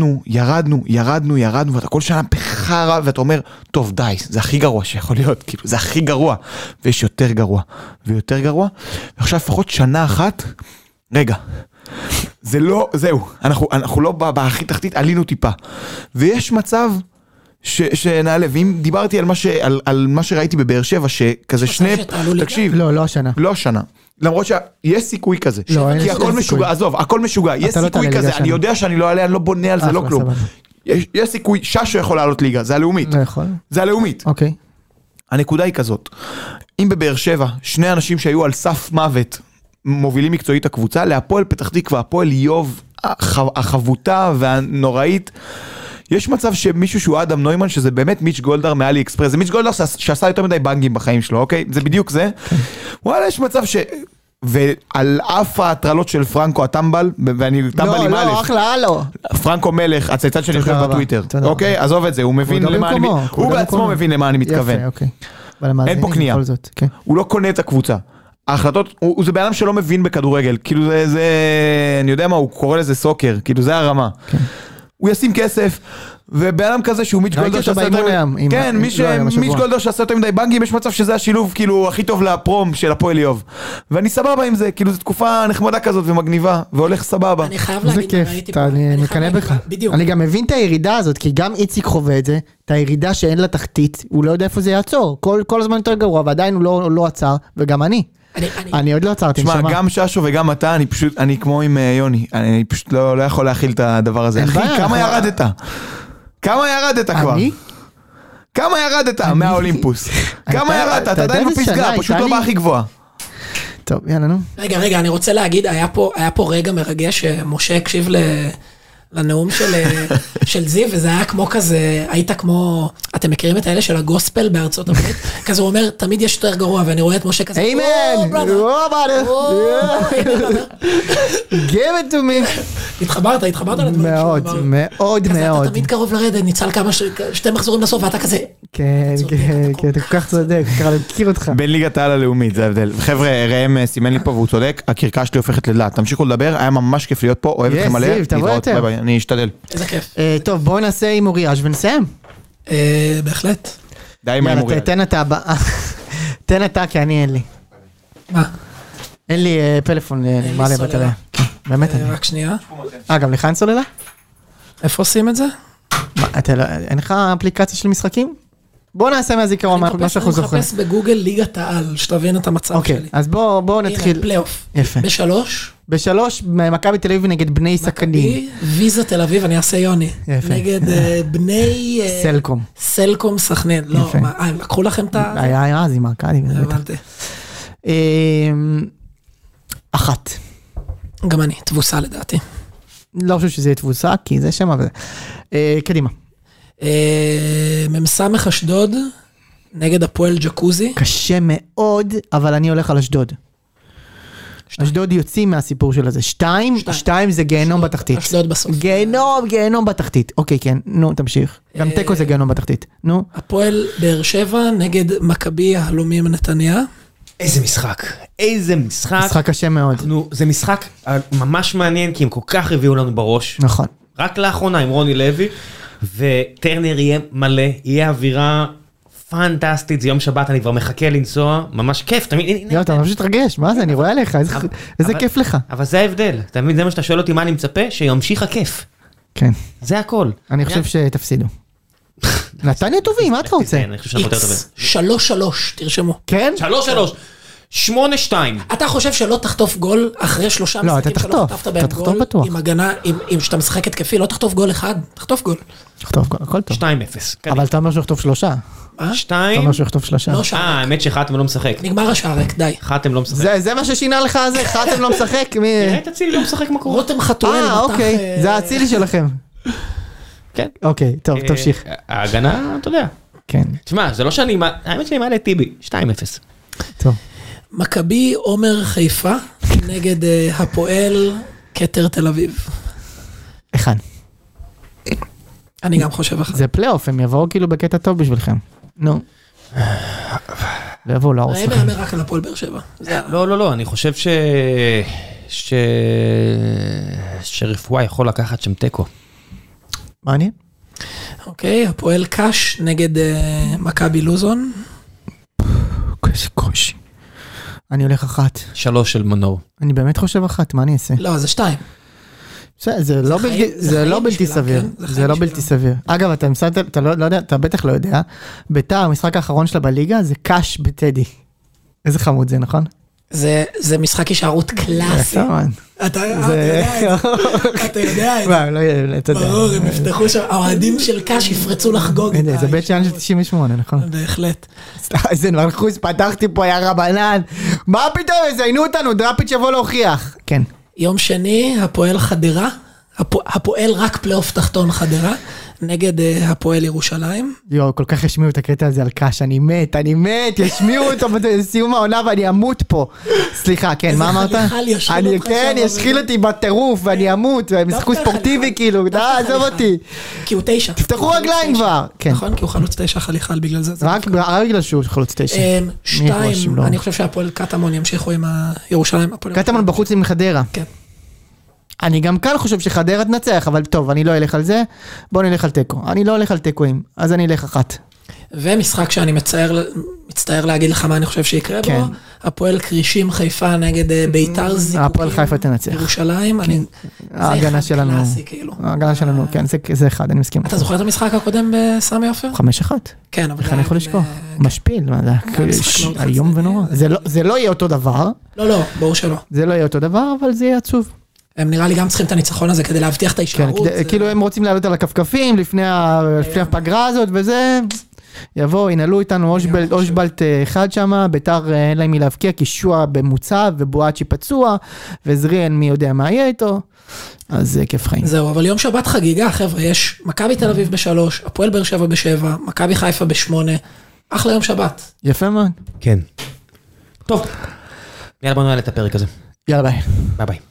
ירדנו, ואתה כל שנה בחרה, ואתה אומר, טוב די, זה הכי גרוע שיכול להיות, כאילו זה הכי גרוע, ויש יותר גרוע, ויותר גרוע, ועכשיו לפחות שנה אחת, רגע, זה לא, זהו, אנחנו לא בהכי תחתית, עלינו טיפה, ויש מצב, שנעלה, ואם דיברתי על מה שראיתי בבאר שבע, שכזה שני, תקשיב, לא השנה. לא השנה. למרות שיש סיכוי כזה. כי הכל משוגע, עזוב, הכל משוגע, יש סיכוי כזה, אני יודע שאני לא עליה, אני לא בונה על זה, לא כלום. יש סיכוי, ששו יכול לעלות ליגה, זה הלאומית. זה הלאומית. אוקיי. הנקודה היא כזאת, אם בבאר שבע, 2 אנשים שהיו על סף מוות, מובילים מקצועית הקבוצה, להפועל פתח תקווה, הפועל איוב, החבוטה והנוראית, יש מצב שמישהו שהוא אדם נוימן, שזה באמת מיץ' גולדהר מאלי אקספרס, זה מיץ' גולדהר שעשה יותר מדי בנגים בחיים שלו, אוקיי? זה בדיוק זה. וואלה, יש מצב ועל אף ההטרלות של פרנקו הטמבל, ואני טמבל עם א', לא, אחלה, לא. פרנקו מלך, הצייצן שאני חושב בטוויטר, אוקיי? עזוב את זה, הוא מבין למה אני, הוא בעצמו מבין למה אני מתכוון. אין פה קנייה, הוא לא קונה את הקבוצה. ההחלטות, זה בעולם שלא מבין בכדורגל, כאילו זה, אני יודע מה, הוא קורא לזה סוקר, כאילו זה הרמה. הוא ישים כסף, ובעולם כזה שהוא מיץ' גולדהר שעשה יותר מדי, כן, מיץ' גולדהר שעשה יותר מדי בנגים, יש מצב שזה השילוב כאילו הכי טוב לפרום של הפועל איוב. ואני סבבה עם זה, כאילו זו תקופה נחמדה כזאת ומגניבה, והולך סבבה. אני חייב להגיד, זה כיף, אני מקנה בך. אני גם מבין את הירידה הזאת, כי גם איציק חווה את זה, את הירידה שאין לה תחתית, הוא לא יודע איפה זה יעצור, כל הזמן יותר גרוע, ועדיין הוא לא עצר, וגם אני עוד לא עצרתי. תשמע, גם ששו וגם אתה, אני כמו עם יוני, אני פשוט לא יכול להכיל את הדבר הזה. אחי, כמה ירדת? כמה ירדת כבר? כמה ירדת מהאולימפוס? כמה ירדת? אתה עדיין בפסגה, פשוט לא בהכי גבוהה. טוב, יאללה נו. רגע, אני רוצה להגיד, היה פה רגע מרגש שמשה הקשיב לנאום של זיו, וזה היה כמו כזה, היית כמו, אתם מכירים את האלה של הגוספל בארצות הברית? כזה הוא אומר, תמיד יש יותר גרוע, ואני רואה את משה כזה, איימן! give it to me. התחברת לדברים. מאוד, מאוד מאוד. אתה תמיד קרוב לרדת, ניצל כמה, שתי מחזורים לסוף, ואתה כזה... כן, אתה כל כך צודק, ככה להכיר אותך. בין ליגת העל הלאומית, זה ההבדל. חבר'ה, ראם סימן לי פה והוא צודק, הקרקע שלי הופכת לדלת. תמשיכו לדבר, היה ממש כיף להיות פה, אוהב אתכם מלא. תבוא יותר. אני אשתדל. איזה כיף. טוב, בואו נעשה עם אוריאז' ונסיים. בהחלט. די עם אוריאז'. תן אתה, כי אני אין לי. מה? אין לי פלאפון למעלה בטריה. באמת אני. רק שנייה. גם לך אין סוללה? איפה עושים את זה? אין לך אפליקציה של משחקים? בואו נעשה מהזיכרון מה שאנחנו זוכרים. אני מחפש בגוגל ליגת העל, שתבין את המצב שלי. אוקיי, אז בואו נתחיל. הנה, פלייאוף. יפה. ב3. מכבי תל אביב נגד בני סכנין. ויזה תל אביב, אני אעשה יוני. יפה. נגד בני... סלקום. סלקום סכנין. לא, הם לקחו לכם את ה... היה אז עם ארכדי. הבנתי. 1. גם אני, תבוסה לדעתי. לא חושב שזה יהיה תבוסה, כי זה שם, אבל... קדימה. ממסמך אשדוד, נגד הפועל ג'קוזי. קשה מאוד, אבל אני הולך על אשדוד. אשדוד יוצאים מהסיפור של הזה. 2 זה גיהנום בתחתית. אשדוד בסוף. גיהנום בתחתית. אוקיי, כן, נו, תמשיך. גם תיקו זה גיהנום בתחתית. נו. הפועל באר שבע, נגד מכבי יהלומים נתניה. איזה משחק. משחק קשה מאוד. זה משחק ממש מעניין, כי הם כל כך הביאו לנו בראש. נכון. רק לאחרונה עם רוני לוי, וטרנר יהיה מלא, יהיה אווירה פנטסטית, זה יום שבת, אני כבר מחכה לנסוע, ממש כיף, תמיד... אתה ממש תתרגש, מה זה, אני רואה עליך, איזה כיף לך. אבל זה ההבדל, תמיד זה מה שאתה שואל אותי, מה אני מצפה? שימשיך הכיף. כן. זה הכל. אני חושב שתפסידו. נתניה טובים, מה אתה רוצה? אני חושב שאנחנו יותר טובים. 3-3, תרשמו. כן? 3-3. 8-2. אתה חושב שלא תחטוף גול אחרי 3 משחקים אתה תחטוף, אתה תחטוף בטוח. עם הגנה, אם שאתה משחק התקפי, לא תחטוף גול אחד, תחטוף גול. תחטוף גול, הכל טוב. 2-0. אבל אתה אומר שהוא יחטוף 3. 2. אתה אומר שהוא יחטוף 3. האמת שחתם לא משחק. נגמר השער, די. חתם לא משחק. זה מה ששינה לך זה? חתם לא משחק? תראה את הצילי לא משחק מקור. רותם חתואל. אוקיי, זה הצילי שלכם. כן. אוקיי, טוב, תמשיך. ההגנה, אתה יודע. כן. תשמע, זה לא שאני, האמת שאני מעלה את טיבי, 2-0. טוב. מכבי עומר חיפה, נגד הפועל כתר תל אביב. 1. אני גם חושב 1. זה פלייאוף, הם יבואו כאילו בקטע טוב בשבילכם. נו. לא יבואו להרוס לכם. ראם יאמר רק על הפועל באר שבע. לא, אני חושב שרפואה יכול לקחת שם טקו. מעניין? אוקיי, הפועל קש נגד מכבי לוזון. איזה קושי. אני הולך 1. 3 של מנור. אני באמת חושב 1, מה אני אעשה? לא, זה 2. זה לא בלתי סביר. זה לא בלתי סביר. אגב, אתה לא יודע, אתה בטח לא יודע, בית"ר, המשחק האחרון שלה בליגה, זה קש בטדי. איזה חמוד זה, נכון? זה משחק הישארות קלאסי. אתה יודע את זה. ברור, הם יפתחו שם, האוהדים של קש יפרצו לחגוג. זה בית שען של 98, נכון? בהחלט. איזה מלכוס, פתחתי פה, היה רבנן. מה פתאום, זיינו אותנו, דראפיץ' יבוא להוכיח. כן. יום שני, הפועל חדרה, הפועל רק פלייאוף תחתון חדרה, נגד הפועל ירושלים. יו, כל כך ישמיעו את הקטע הזה על קש, אני מת, ישמיעו אותו בסיום העונה ואני אמות פה. סליחה, כן, מה אמרת? כן, ישחיל אותי בטירוף ואני אמות, והם משחקו ספורטיבי כאילו, עזוב אותי. כי הוא 9. תפתחו רגליים כבר. נכון, כי הוא חלוץ 9 חליחל בגלל זה. רק בגלל שהוא חלוץ 9. 2, אני חושב שהפועל קטמון ימשיכו עם הירושלים. קטמון בחוץ עם חדרה. כן. אני גם כאן חושב שחדרה תנצח, אבל טוב, אני לא אלך על זה, בוא נלך על טקו. אני לא הולך על טקואים, אז אני אלך 1. ומשחק שאני מצטער להגיד לך מה אני חושב שיקרה בו, הפועל קרישים חיפה נגד ביתר זיקוקים. הפועל חיפה תנצח. ירושלים, ההגנה שלנו, ההגנה שלנו, כן, זה 1, אני מסכים. אתה זוכר את המשחק הקודם בסמי עופר? 5-1. כן, אבל... איך אני יכול לשכוח? משפיל, היום ונורא. זה לא יהיה אותו דבר. לא, ברור שלא. זה לא יהיה אותו דבר, אבל זה יהיה עצוב. הם נראה לי גם צריכים את הניצחון הזה כדי להבטיח את ההישארות. כאילו הם רוצים לעלות על הכפכפים לפני הפגרה הזאת וזה... יבוא, ינהלו איתנו אושבלט אחד שם, ביתר אין להם מי להבקיע, כי שועה במוצב, ובואצ'י פצוע, וזריאן מי יודע מה יהיה איתו, אז כיף חיים. זהו, אבל יום שבת חגיגה, חבר'ה, יש מכבי תל אביב ב3, הפועל באר שבע ב7, מכבי חיפה ב8, אחלה יום שבת. יפה מאוד. כן. טוב, יאללה בוא נעלה את הפרק הזה. יאללה ביי. ביי ביי.